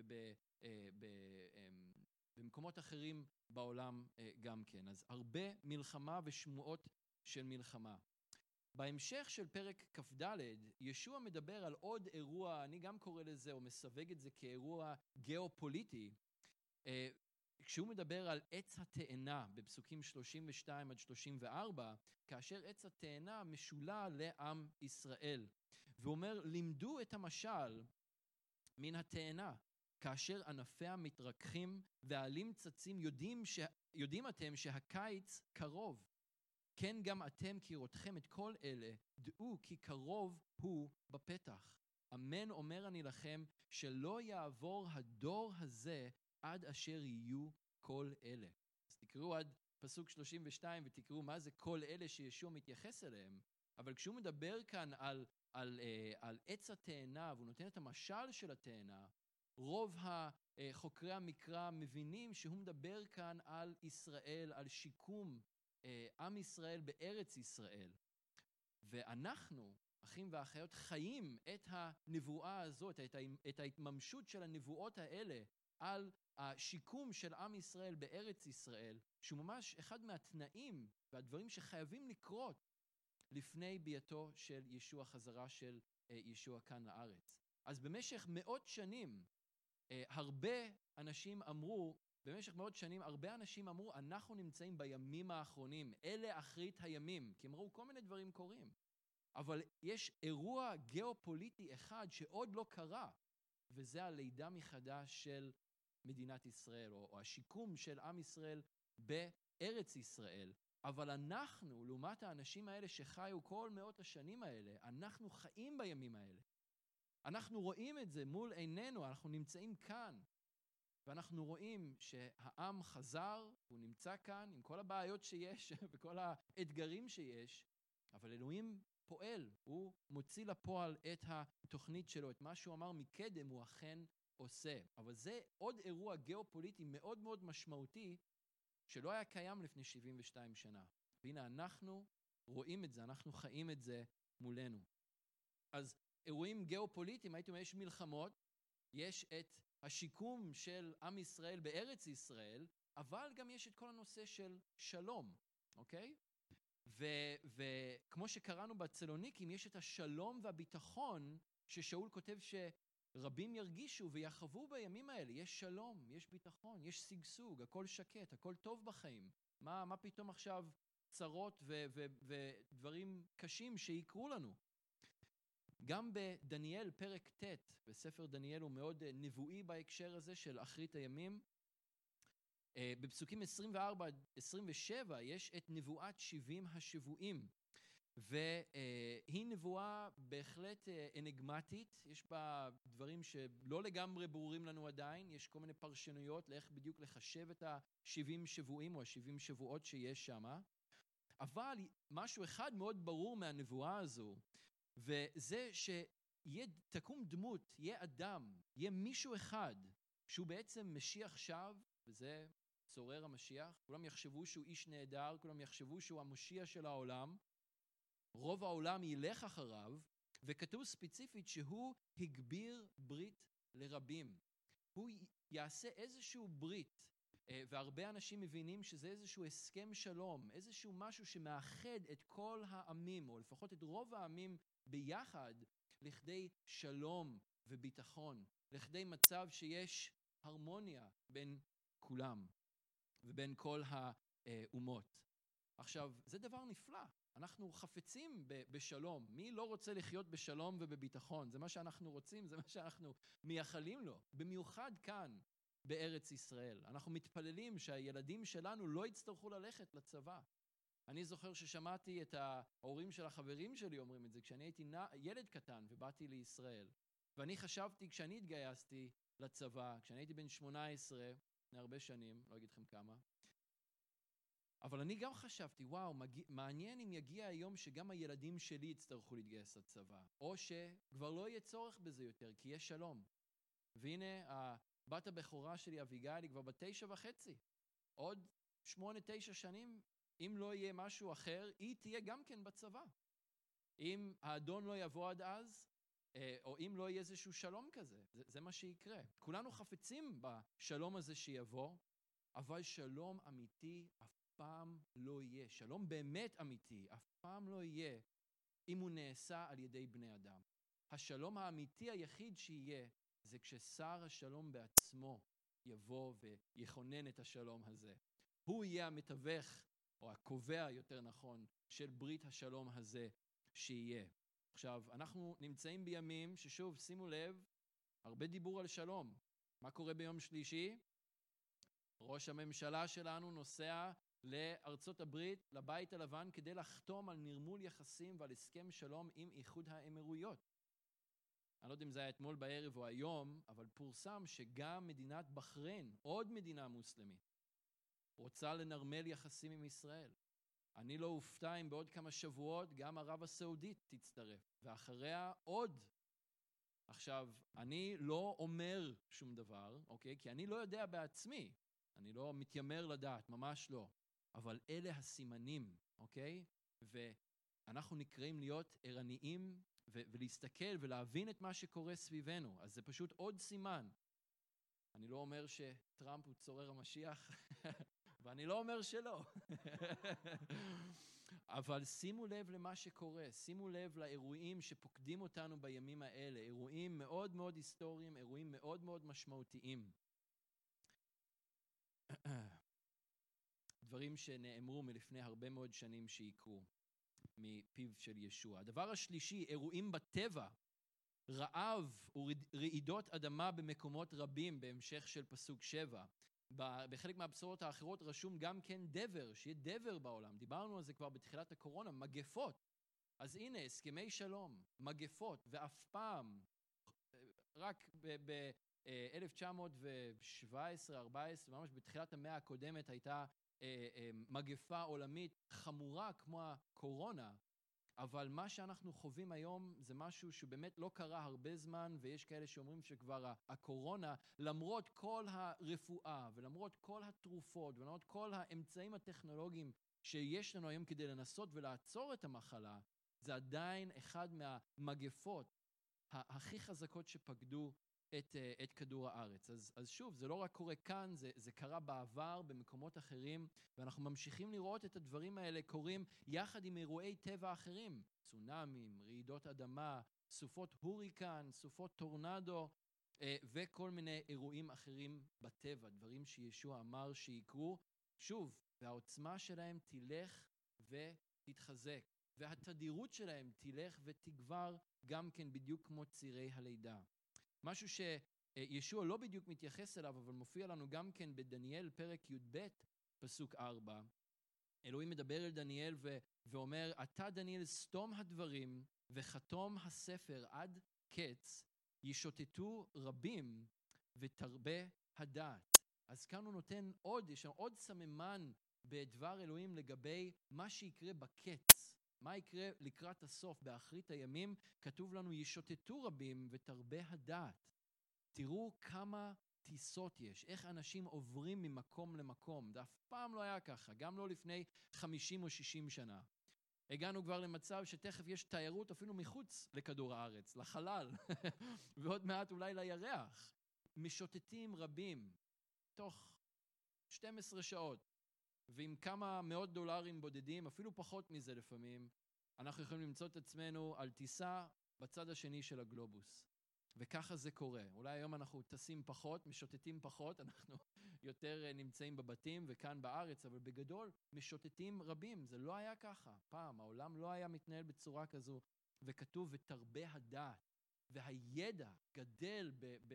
Speaker 1: ובמקומות אחרים בעולם גם כן. אז הרבה מלחמה ושמועות של מלחמה. בהמשך של פרק כ"ד, ישוע מדבר על עוד אירוע, אני גם קורא לזה או מסווג את זה כאירוע גיאופוליטי, כשהוא מדבר על עץ התאנה בפסוקים 32 עד 34, כאשר עץ התאנה משולל לעם ישראל. והוא אומר, לימדו את המשל מן התאנה, כאשר ענפיה מתרככים והעלים צצים, יודעים אתם שהקיץ קרוב. כן גם אתם כי ראותכם את כל אלה, דעו כי קרוב הוא בפתח. אמן אומר אני לכם, שלא יעבור הדור הזה עד אשר יהיו כל אלה. אז תקראו עד פסוק 32 ותקראו מה זה כל אלה שישוע מתייחס אליהם. אבל כשהוא מדבר כאן על עץ התאנה, והוא נותן את המשל של התאנה, רוב חוקרי המקרא מבינים שהוא מדבר כאן על ישראל, על שיקום עם ישראל בארץ ישראל. ואנחנו, אחים ואחיות, חיים את הנבואה הזאת, את ההתממשות של הנבואות האלה על השיקום של עם ישראל בארץ ישראל, שהוא ממש אחד מהתנאים והדברים שחייבים לקרות לפני ביאתו של ישוע, חזרה של ישוע כאן לארץ. אז במשך מאות שנים, במשך מאות שנים הרבה אנשים אמרו, אנחנו נמצאים בימים האחרונים, אלה אחרית הימים, כי הם ראו כל מיני דברים קורים. אבל יש אירוע גיאופוליטי אחד שעוד לא קרה, וזה הלידה מחדש של מדינת ישראל, או השיקום של עם ישראל בארץ ישראל. אבל אנחנו, לעומת האנשים האלה שחיו כל מאות השנים האלה, אנחנו חיים בימים האלה. אנחנו רואים את זה מול עינינו, אנחנו נמצאים כאן. ואנחנו רואים שהעם חזר, הוא נמצא כאן עם כל הבעיות שיש וכל האתגרים שיש, אבל אלוהים פועל, הוא מוציא לפועל את התוכנית שלו, את מה שהוא אמר מקדם הוא אכן עושה. אבל זה עוד אירוע גיאופוליטי מאוד מאוד משמעותי, שלא היה קיים לפני 72 שנה. והנה אנחנו רואים את זה, אנחנו חיים את זה מולנו. אז אירועים גיאופוליטיים, הייתי אומר, יש מלחמות, יש את השיקום של עם ישראל בארץ ישראל, אבל גם יש את כל הנושא של שלום, אוקיי? וכמו שקראנו בצלוניקים, יש את השלום והביטחון ששאול כותב שרבים ירגישו ויחוו בימים האלה. יש שלום, יש ביטחון, יש שגשוג, הכל שקט, הכל טוב בחיים. מה פתאום עכשיו צרות ודברים קשים שיקרו לנו? גם בדניאל פרק ט', בספר דניאל הוא מאוד נבואי בהקשר הזה של אחרית הימים. בפסוקים 24-27 יש את נבואת 70 השבויים, והיא נבואה בהחלט אנגמטית, יש בה דברים שלא לגמרי ברורים לנו עדיין, יש כל מיני פרשנויות לאיך בדיוק לחשב את ה-70 שבויים או ה-70 שבועות שיש שם, אבל משהו אחד מאוד ברור מהנבואה הזו, וזה שתקום דמות, יהיה אדם, יהיה מישהו אחד, שהוא בעצם משיח שווא, וזה צורר המשיח, כולם יחשבו שהוא איש נהדר, כולם יחשבו שהוא המושיע של העולם, רוב העולם ילך אחריו, וכתוב ספציפית שהוא הגביר ברית לרבים. הוא יעשה איזשהו ברית, והרבה אנשים מבינים שזה איזשהו הסכם שלום, איזשהו משהו שמאחד את כל העמים, או לפחות את רוב העמים ביחד, לכדי שלום וביטחון, לכדי מצב שיש הרמוניה בין כולם ובין כל האומות. עכשיו, זה דבר נפלא. אנחנו חפצים בשלום. מי לא רוצה לחיות בשלום ובביטחון? זה מה שאנחנו רוצים, זה מה שאנחנו מייחלים לו. במיוחד כאן בארץ ישראל. אנחנו מתפללים שהילדים שלנו לא יצטרכו ללכת לצבא. אני זוכר ששמעתי את ההורים של החברים שלי אומרים את זה, כשאני הייתי ילד קטן ובאתי לישראל. ואני חשבתי, כשאני התגייסתי לצבא, כשאני הייתי בן 18, לפני הרבה שנים, לא אגיד לכם כמה, אבל אני גם חשבתי, וואו, מעניין אם יגיע היום שגם הילדים שלי יצטרכו להתגייס לצבא, או שכבר לא יהיה צורך בזה יותר, כי יש שלום. והנה, בת הבכורה שלי, אביגיל, היא כבר בת 9.5. עוד 8-9 שנים, אם לא יהיה משהו אחר, היא תהיה גם כן בצבא. אם האדון לא יבוא עד אז, או אם לא יהיה איזשהו שלום כזה, זה מה שיקרה. כולנו חפצים בשלום הזה שיבוא, אבל שלום אמיתי אף פעם לא יהיה. שלום באמת אמיתי אף פעם לא יהיה אם הוא נעשה על ידי בני אדם. השלום האמיתי היחיד שיהיה זה כששר השלום בעצמו יבוא ויכונן את השלום הזה. הוא יהיה המתווך, או הקובע יותר נכון, של ברית השלום הזה שיהיה. עכשיו, אנחנו נמצאים בימים ששוב, שימו לב, הרבה דיבור על שלום. מה קורה ביום שלישי? ראש הממשלה שלנו נוסע לארצות הברית, לבית הלבן, כדי לחתום על נרמול יחסים ועל הסכם שלום עם איחוד האמירויות. אני לא יודע אם זה היה אתמול בערב או היום, אבל פורסם שגם מדינת בחריין, עוד מדינה מוסלמית, רוצה לנרמל יחסים עם ישראל. אני לא אופתע אם בעוד כמה שבועות גם ערב הסעודית תצטרף, ואחריה עוד. עכשיו, אני לא אומר שום דבר, אוקיי? כי אני לא יודע בעצמי. אני לא מתיימר לדעת, ממש לא. אבל אלה הסימנים, אוקיי? ואנחנו נקראים להיות ערניים ולהסתכל ולהבין את מה שקורה סביבנו. אז זה פשוט עוד סימן. אני לא אומר שטראמפ הוא צורר המשיח, ואני לא אומר שלא. אבל שימו לב למה שקורה, שימו לב לאירועים שפוקדים אותנו בימים האלה, אירועים מאוד מאוד היסטוריים, אירועים מאוד מאוד משמעותיים. דברים שנאמרו מלפני הרבה מאוד שנים שיקרו מפיו של ישוע. הדבר השלישי, אירועים בטבע, רעב ורעידות אדמה במקומות רבים בהמשך של פסוק 7. בחלק מהבשורות האחרות רשום גם כן דבר, שיהיה דבר בעולם. דיברנו על זה כבר בתחילת הקורונה, מגפות. אז הנה, הסכמי שלום, מגפות, ואף פעם, רק ב-1917-14, ממש בתחילת המאה הקודמת, הייתה מגפה עולמית חמורה כמו הקורונה, אבל מה שאנחנו חווים היום זה משהו שבאמת לא קרה הרבה זמן, ויש כאלה שאומרים שכבר הקורונה, למרות כל הרפואה ולמרות כל התרופות ולמרות כל האמצעים הטכנולוגיים שיש לנו היום כדי לנסות ולעצור את המחלה, זה עדיין אחד מהמגפות הכי חזקות שפקדו את כדור הארץ. אז שוב, זה לא רק קורה כאן, זה קרה בעבר במקומות אחרים, ואנחנו ממשיכים לראות את הדברים האלה קורים יחד עם אירועי טבע אחרים, צונאמים, רעידות אדמה, סופות הוריקן, סופות טורנדו, וכל מיני אירועים אחרים בטבע, דברים שישוע אמר שיקרו. שוב, והעוצמה שלהם תלך ותתחזק, והתדירות שלהם תלך ותגבר גם כן בדיוק כמו צירי הלידה. משהו שישוע לא בדיוק מתייחס אליו, אבל מופיע לנו גם כן בדניאל פרק י"ב, פסוק 4. אלוהים מדבר אל דניאל ואומר, אתה דניאל סתום הדברים וחתום הספר עד קץ, ישוטטו רבים ותרבה הדעת. אז כאן הוא נותן יש עוד סממן בדבר אלוהים לגבי מה שיקרה בקץ. מה יקרה לקראת הסוף, באחרית הימים, כתוב לנו, ישוטטו רבים ותרבה הדעת. תראו כמה טיסות יש, איך אנשים עוברים ממקום למקום. זה אף פעם לא היה ככה, גם לא לפני 50 או 60 שנה. הגענו כבר למצב שתכף יש תיירות אפילו מחוץ לכדור הארץ, לחלל, ועוד מעט אולי לירח. משוטטים רבים, תוך 12 שעות. ועם כמה מאות דולרים בודדים, אפילו פחות מזה לפעמים, אנחנו יכולים למצוא את עצמנו על טיסה בצד השני של הגלובוס. וככה זה קורה. אולי היום אנחנו טסים פחות, משוטטים פחות, אנחנו יותר נמצאים בבתים וכאן בארץ, אבל בגדול משוטטים רבים. זה לא היה ככה. פעם העולם לא היה מתנהל בצורה כזו, וכתוב ותרבה הדעת. והידע גדל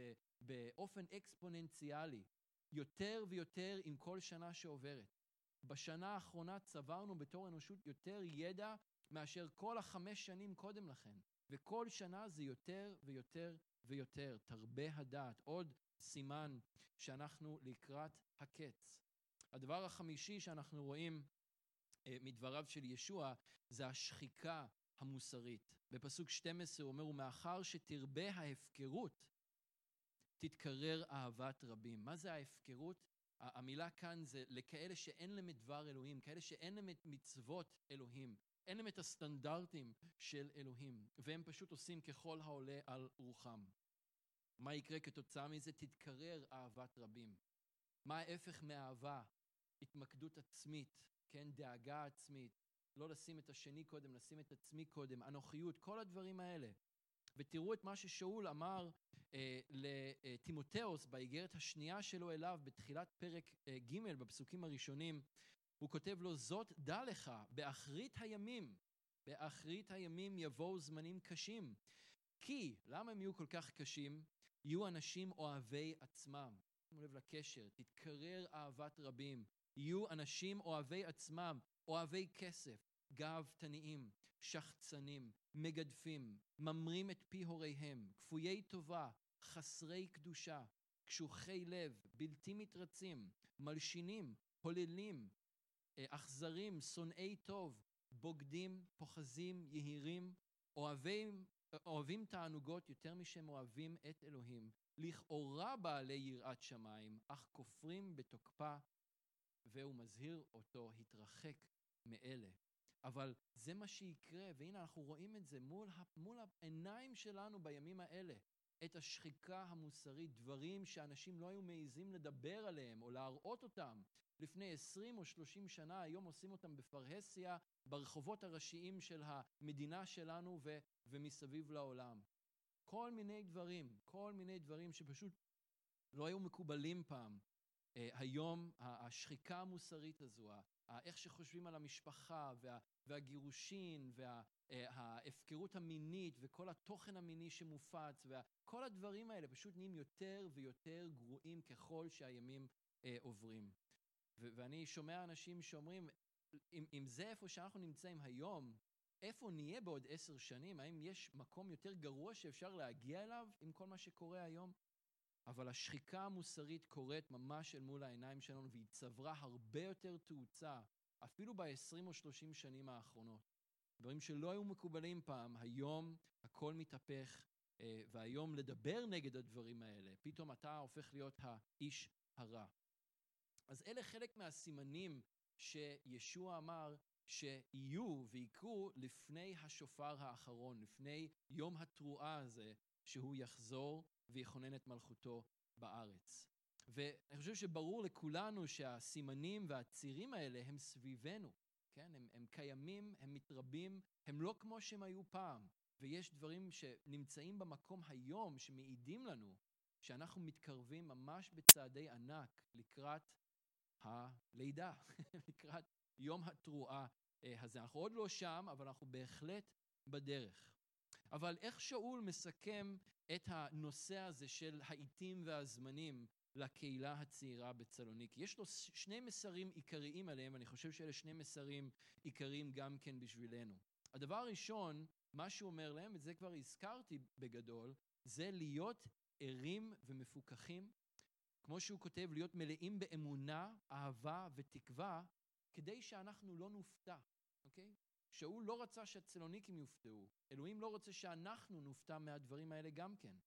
Speaker 1: באופן אקספוננציאלי, יותר ויותר עם כל שנה שעוברת. בשנה האחרונה צברנו בתור אנושות יותר ידע מאשר כל 5 שנים קודם לכן. וכל שנה זה יותר ויותר ויותר. תרבה הדעת, עוד סימן שאנחנו לקראת הקץ. הדבר החמישי שאנחנו רואים מדבריו של ישוע זה השחיקה המוסרית. בפסוק 12 הוא אומר, ומאחר שתרבה ההפקרות, תתקרר אהבת רבים. מה זה ההפקרות? המילה כאן זה לכאלה שאין להם את דבר אלוהים, כאלה שאין להם את מצוות אלוהים, אין להם את הסטנדרטים של אלוהים, והם פשוט עושים ככל העולה על רוחם. מה יקרה כתוצאה מזה? תתקרר אהבת רבים. מה ההפך מאהבה? התמקדות עצמית, כן? דאגה עצמית, לא לשים את השני קודם, לשים את עצמי קודם, אנוכיות, כל הדברים האלה. ותראו את מה ששאול אמר לטימותאוס באיגרת השנייה שלו אליו בתחילת פרק ג' בפסוקים הראשונים. הוא כותב לו, זאת דע לך, באחרית הימים יבואו זמנים קשים. כי, למה הם יהיו כל כך קשים? יהיו אנשים אוהבי עצמם. שימו לב לקשר, תתקרר אהבת רבים. יהיו אנשים אוהבי עצמם, אוהבי כסף, גאוותניים, שחצנים, מגדפים, ממרים את פי הוריהם, כפויי טובה, חסרי קדושה, קשוחי לב, בלתי מתרצים, מלשינים, הוללים, אכזרים, שונאי טוב, בוגדים, פוחזים, יהירים, אוהבים תענוגות יותר משהם אוהבים את אלוהים, לכאורה בעלי יראת שמיים, אך כופרים בתוקפה, והוא מזהיר אותו, התרחק מאלה. אבל זה מה שיקרה, והנה אנחנו רואים את זה מול העיניים שלנו בימים האלה, את השחיקה המוסרית, דברים שאנשים לא היו מעיזים לדבר עליהם או להראות אותם. לפני 20 או 30 שנה, היום עושים אותם בפרהסיה, ברחובות הראשיים של המדינה שלנו ומסביב לעולם. כל מיני דברים שפשוט לא היו מקובלים פעם. היום השחיקה המוסרית הזו, איך שחושבים על המשפחה והגירושין וההפקרות המינית וכל התוכן המיני שמופץ וכל הדברים האלה פשוט נהיים יותר ויותר גרועים ככל שהימים עוברים. ואני שומע אנשים שאומרים, אם זה איפה שאנחנו נמצאים היום, איפה נהיה בעוד 10 שנים? האם יש מקום יותר גרוע שאפשר להגיע אליו עם כל מה שקורה היום? אבל השחיקה המוסרית קורית ממש אל מול העיניים שלנו, והיא צברה הרבה יותר תאוצה, אפילו ב-20 או 30 שנים האחרונות. דברים שלא היו מקובלים פעם, היום הכל מתהפך, והיום לדבר נגד הדברים האלה, פתאום אתה הופך להיות האיש הרע. אז אלה חלק מהסימנים שישוע אמר שיהיו ויקרו לפני השופר האחרון, לפני יום התרועה הזה, שהוא יחזור ויכונן את מלכותו בארץ. ואני חושב שברור לכולנו שהסימנים והצירים האלה הם סביבנו, כן? הם קיימים, הם מתרבים, הם לא כמו שהם היו פעם. ויש דברים שנמצאים במקום היום שמעידים לנו שאנחנו מתקרבים ממש בצעדי ענק לקראת הלידה, לקראת יום התרועה הזה. אנחנו עוד לא שם, אבל אנחנו בהחלט בדרך. אבל איך שאול מסכם את הנושא הזה של העיתים והזמנים לקהילה הצעירה בצלוניקי? יש לו 2 מסרים עיקריים עליהם, ואני חושב שאלה 2 מסרים עיקריים גם כן בשבילנו. הדבר הראשון, מה שהוא אומר להם, וזה כבר הזכרתי בגדול, זה להיות ערים ומפוקחים, כמו שהוא כותב, להיות מלאים באמונה, אהבה ותקווה, כדי שאנחנו לא נופתע, אוקיי? שאול לא רצה שהצלוניקים יופתעו, אלוהים לא רוצה שאנחנו נופתע מהדברים האלה גם כן.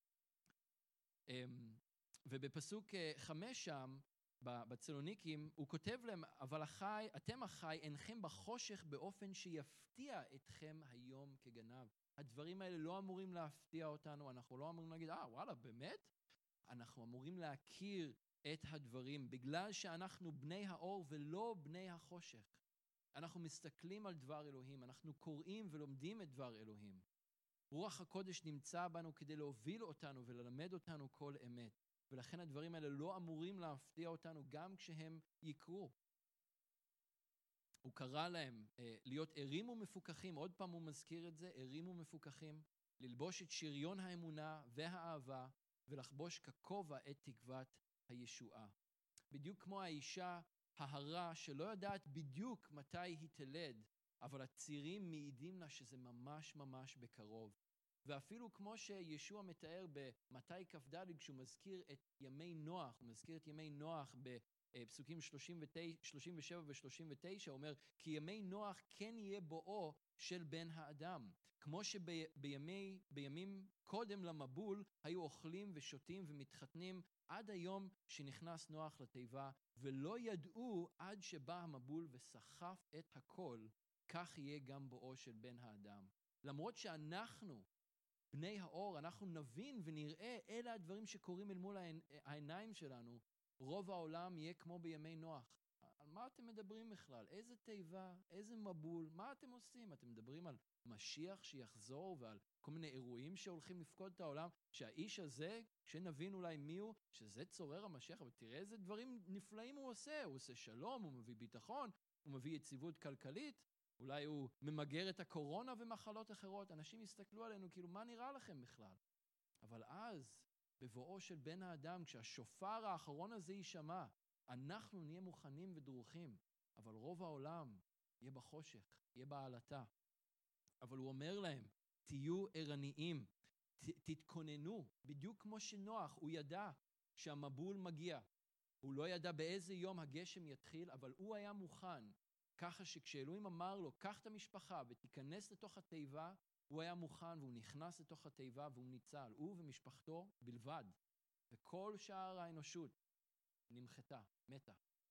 Speaker 1: ובפסוק 5 שם, בצלוניקים, הוא כותב להם, אבל אתם אחי, אינכם בחושך באופן שיפתיע אתכם היום כגנב. הדברים האלה לא אמורים להפתיע אותנו, אנחנו לא אמורים להגיד, וואלה, באמת? אנחנו אמורים להכיר את הדברים, בגלל שאנחנו בני האור ולא בני החושך. אנחנו מסתכלים על דבר אלוהים, אנחנו קוראים ולומדים את דבר אלוהים. רוח הקודש נמצא בנו כדי להוביל אותנו וללמד אותנו כל אמת. ולכן הדברים האלה לא אמורים להפתיע אותנו גם כשהם יקרו. הוא קרא להם להיות ערים ומפוקחים, עוד פעם הוא מזכיר את זה, ערים ומפוקחים, ללבוש את שריון האמונה והאהבה, ולחבוש ככובע את תקוות הישועה. בדיוק כמו האישה ההרה שלא יודעת בדיוק מתי היא תלד, אבל הצירים מעידים לה שזה ממש ממש בקרוב. ואפילו כמו שישוע מתאר במתי כ"ד, כשהוא מזכיר את ימי נוח, הוא מזכיר את ימי נוח בפסוקים 37 ו-39, הוא אומר, כי ימי נוח כן יהיה בואו של בן האדם. כמו שבימים קודם למבול היו אוכלים ושותים ומתחתנים עד היום שנכנס נוח לתיבה, ולא ידעו עד שבא המבול וסחף את הכל, כך יהיה גם בואו של בן האדם. למרות שאנחנו, בני האור, אנחנו נבין ונראה אלה הדברים שקורים אל מול העיניים שלנו, רוב העולם יהיה כמו בימי נוח. על מה אתם מדברים בכלל? איזה תיבה? איזה מבול? מה אתם עושים? אתם מדברים על משיח שיחזור ועל כל מיני אירועים שהולכים לפקוד את העולם, שהאיש הזה, שנבין אולי מי הוא, שזה צורר המשיח, אבל תראה איזה דברים נפלאים הוא עושה שלום, הוא מביא ביטחון, הוא מביא יציבות כלכלית, אולי הוא ממגר את הקורונה ומחלות אחרות, אנשים יסתכלו עלינו כאילו מה נראה לכם בכלל? אבל אז, בבואו של בן האדם, כשהשופר האחרון הזה יישמע, אנחנו נהיה מוכנים ודרוכים, אבל רוב העולם יהיה בחושך, יהיה בעלתה. אבל הוא אומר להם, תהיו ערניים, תתכוננו, בדיוק כמו שנוח, הוא ידע שהמבול מגיע. הוא לא ידע באיזה יום הגשם יתחיל, אבל הוא היה מוכן, ככה שכשאלוהים אמר לו, קח את המשפחה ותיכנס לתוך התיבה, הוא היה מוכן והוא נכנס לתוך התיבה והוא ניצל, הוא ומשפחתו בלבד. וכל שאר האנושות נמחתה, מתה.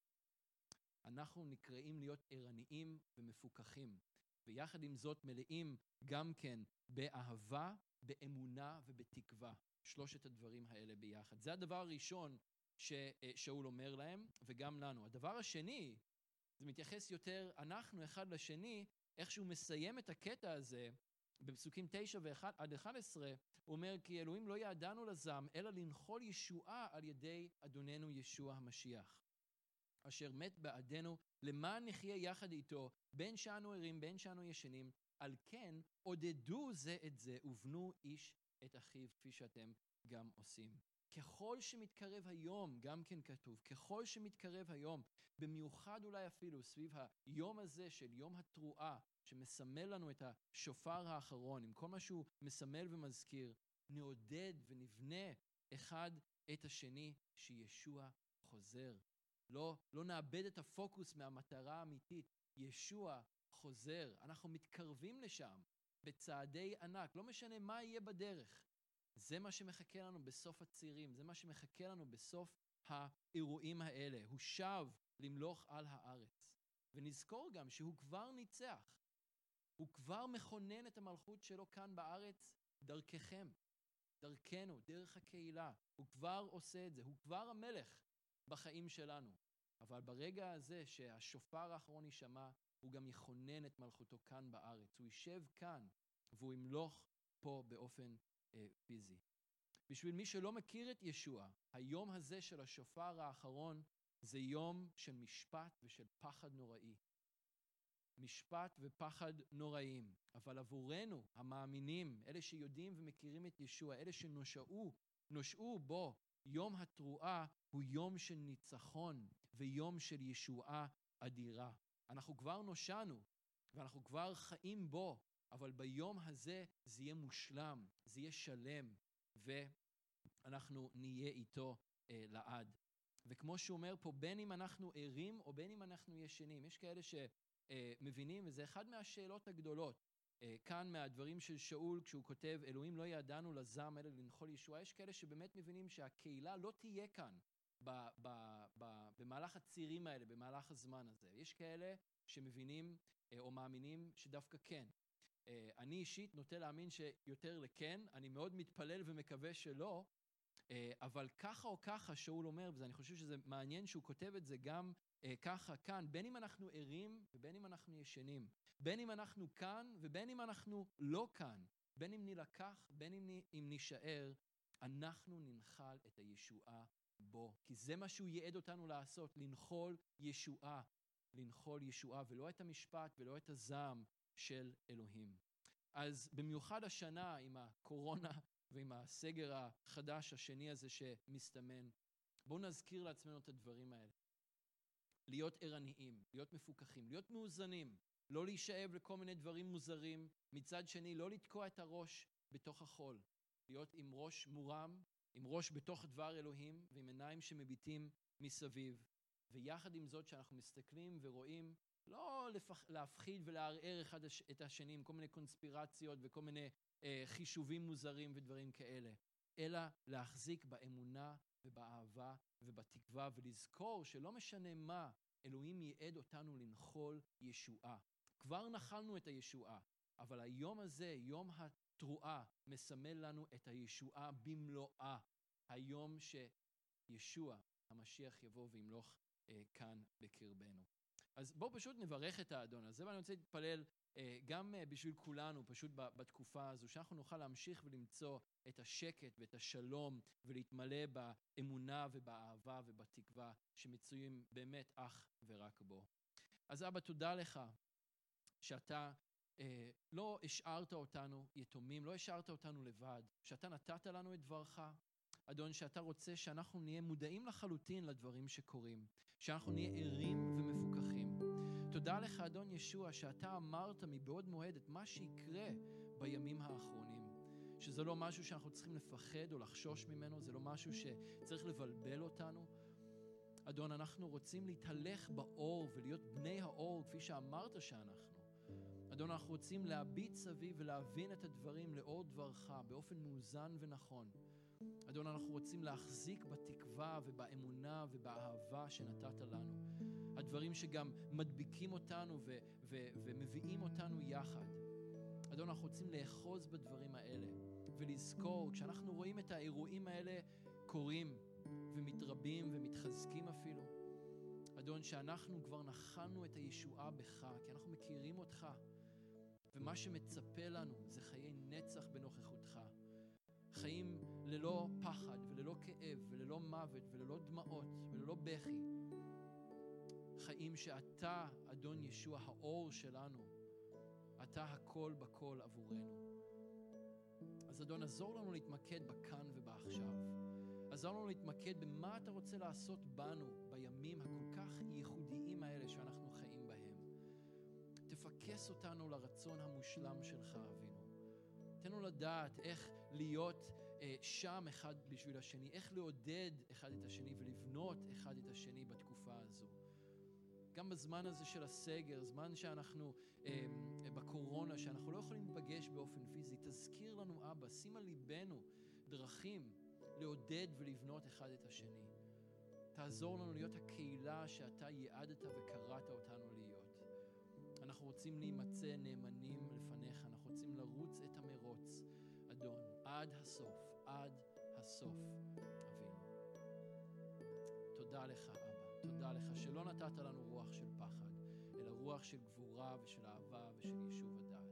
Speaker 1: אנחנו נקראים להיות ערניים ומפוקחים, ויחד עם זאת מלאים גם כן באהבה, באמונה ובתקווה. שלושת הדברים האלה ביחד. זה הדבר הראשון ששאול אומר להם, וגם לנו. הדבר השני, זה מתייחס יותר אנחנו אחד לשני, איך שהוא מסיים את הקטע הזה, בפסוקים 9 עד 11, הוא אומר, כי אלוהים לא יעדנו לזעם, אלא לנחול ישועה על ידי אדוננו ישוע המשיח. אשר מת בעדנו, למען נחיה יחד איתו, בין שאנו ערים, בין שאנו ישנים, על כן עודדו זה את זה, ובנו איש את אחיו, כפי שאתם גם עושים. ככל שמתקרב היום, גם כן כתוב, ככל שמתקרב היום, במיוחד אולי אפילו סביב היום הזה של יום התרועה, שמסמל לנו את השופר האחרון, עם כל מה שהוא מסמל ומזכיר, נעודד ונבנה אחד את השני שישוע חוזר. לא נאבד את הפוקוס מהמטרה האמיתית. ישוע חוזר. אנחנו מתקרבים לשם בצעדי ענק. לא משנה מה יהיה בדרך. זה מה שמחכה לנו בסוף הצירים. זה מה שמחכה לנו בסוף האירועים האלה. הוא שב למלוך על הארץ. ונזכור גם שהוא כבר ניצח. הוא כבר מכונן את המלכות שלו כאן בארץ דרככם. דרכנו, דרך הקהילה. הוא כבר עושה את זה. הוא כבר המלך בחיים שלנו. אבל ברגע הזה שהשופר האחרון יישמע, הוא גם יכונן את מלכותו כאן בארץ. הוא יישב כאן, והוא ימלוך פה באופן פיזי. בשביל מי שלא מכיר את ישוע, היום הזה של השופר האחרון, זה יום של משפט ושל פחד נוראי. משפט ופחד נוראים. אבל עבורנו, המאמינים, אלה שיודעים ומכירים את ישוע, אלה שנושעו בו, יום התרועה הוא יום של ניצחון ויום של ישועה אדירה. אנחנו כבר נושענו ואנחנו כבר חיים בו, אבל ביום הזה זה יהיה מושלם, זה יהיה שלם, ואנחנו נהיה איתו לעד. וכמו שהוא אומר פה, בין אם אנחנו ערים או בין אם אנחנו ישנים, יש כאלה שמבינים, וזה אחד מהשאלות הגדולות, כאן מהדברים של שאול, כשהוא כותב, אלוהים לא יעדנו לזעם אלא לנחול ישועה, יש כאלה שבאמת מבינים שהקהילה לא תהיה כאן במהלך הצירים האלה, במהלך הזמן הזה. יש כאלה שמבינים או מאמינים שדווקא כן. אני אישית נוטה להאמין שיותר לכן, אני מאוד מתפלל ומקווה שלא, אבל ככה או ככה שאול אומר, ואני חושב שזה מעניין שהוא כותב את זה גם ככה כאן, בין אם אנחנו ערים ובין אם אנחנו ישנים, בין אם אנחנו כאן ובין אם אנחנו לא כאן, בין אם נלקח, בין אם נשאר, אנחנו ננחל את הישועה בו, כי זה מה שהוא ייעד אותנו לעשות, לנחול ישועה, ולא את המשפט ולא את הזעם של אלוהים. אז במיוחד השנה עם הקורונה ועם הסגר החדש השני הזה שמסתמן, בואו נזכיר לעצמנו את הדברים האלה. להיות ערניים, להיות מפוקחים, להיות מאוזנים, לא להישאב לכל מיני דברים מוזרים, מצד שני לא לתקוע את הראש בתוך החול, להיות עם ראש מורם, עם ראש בתוך דבר אלוהים ועם עיניים שמביטים מסביב, ויחד עם זאת שאנחנו מסתכלים ורואים לא להפחיד ולערער אחד את השני עם כל מיני קונספירציות וכל מיני חישובים מוזרים ודברים כאלה, אלא להחזיק באמונה ובאהבה ובתקווה, ולזכור שלא משנה מה, אלוהים ייעד אותנו לנחול ישועה. כבר נחלנו את הישועה, אבל היום הזה, יום התרועה, מסמל לנו את הישועה במלואה. היום שישוע, המשיח, יבוא וימלוך כאן בקרבנו. אז בואו פשוט נברך את האדון הזה, ואני רוצה להתפלל גם בשביל כולנו, פשוט בתקופה הזו, שאנחנו נוכל להמשיך ולמצוא את השקט ואת השלום, ולהתמלא באמונה ובאהבה ובתקווה, שמצויים באמת אך ורק בו. אז אבא, תודה לך שאתה לא השארת אותנו יתומים, לא השארת אותנו לבד, שאתה נתת לנו את דברך, אדון, שאתה רוצה שאנחנו נהיה מודעים לחלוטין לדברים שקורים, שאנחנו נהיה ערים ומפוקחים. תודה לך, אדון ישוע, שאתה אמרת מבעוד מועד את מה שיקרה בימים האחרונים, שזה לא משהו שאנחנו צריכים לפחד או לחשוש ממנו, זה לא משהו שצריך לבלבל אותנו. אדון, אנחנו רוצים להתהלך באור ולהיות בני האור, כפי שאמרת שאנחנו. אדון, אנחנו רוצים להביט סביב ולהבין את הדברים לאור דברך באופן מאוזן ונכון. אדון, אנחנו רוצים להחזיק בתקווה ובאמונה ובאהבה שנתת לנו. הדברים שגם מדביקים אותנו ומביאים אותנו יחד. אדון, אנחנו רוצים לאחוז בדברים האלה ולזכור, כשאנחנו רואים את האירועים האלה קורים ומתרבים ומתחזקים אפילו, אדון, שאנחנו כבר נחלנו את הישועה בך, כי אנחנו מכירים אותך, ומה שמצפה לנו זה חיי נצח בנוכחותך. חיים ללא פחד וללא כאב וללא מוות וללא דמעות וללא בכי. חיים שאתה, אדון ישוע, האור שלנו, אתה הכל בכל עבורנו. אז אדון, עזור לנו להתמקד בכאן ובעכשיו. עזור לנו להתמקד במה אתה רוצה לעשות בנו בימים הכל כך ייחודיים האלה שאנחנו חיים בהם. תפקס אותנו לרצון המושלם שלך, אבינו. תן לנו לדעת איך להיות שם אחד בשביל השני, איך לעודד אחד את השני ולבנות אחד את השני בתקופה הזו. גם בזמן הזה של הסגר, זמן שאנחנו בקורונה, שאנחנו לא יכולים לפגש באופן פיזי, תזכיר לנו, אבא, שים על ליבנו דרכים לעודד ולבנות אחד את השני. תעזור לנו להיות הקהילה שאתה ייעדת וקראת אותנו להיות. אנחנו רוצים להימצא נאמנים לפניך, אנחנו רוצים לרוץ את המרוץ, אדון, עד הסוף, עד הסוף, אבינו. תודה לך, אבא, תודה לך שלא נתת לנו רוח של פחד, אלא רוח של גבורה ושל אהבה ושל יישוב הדעת.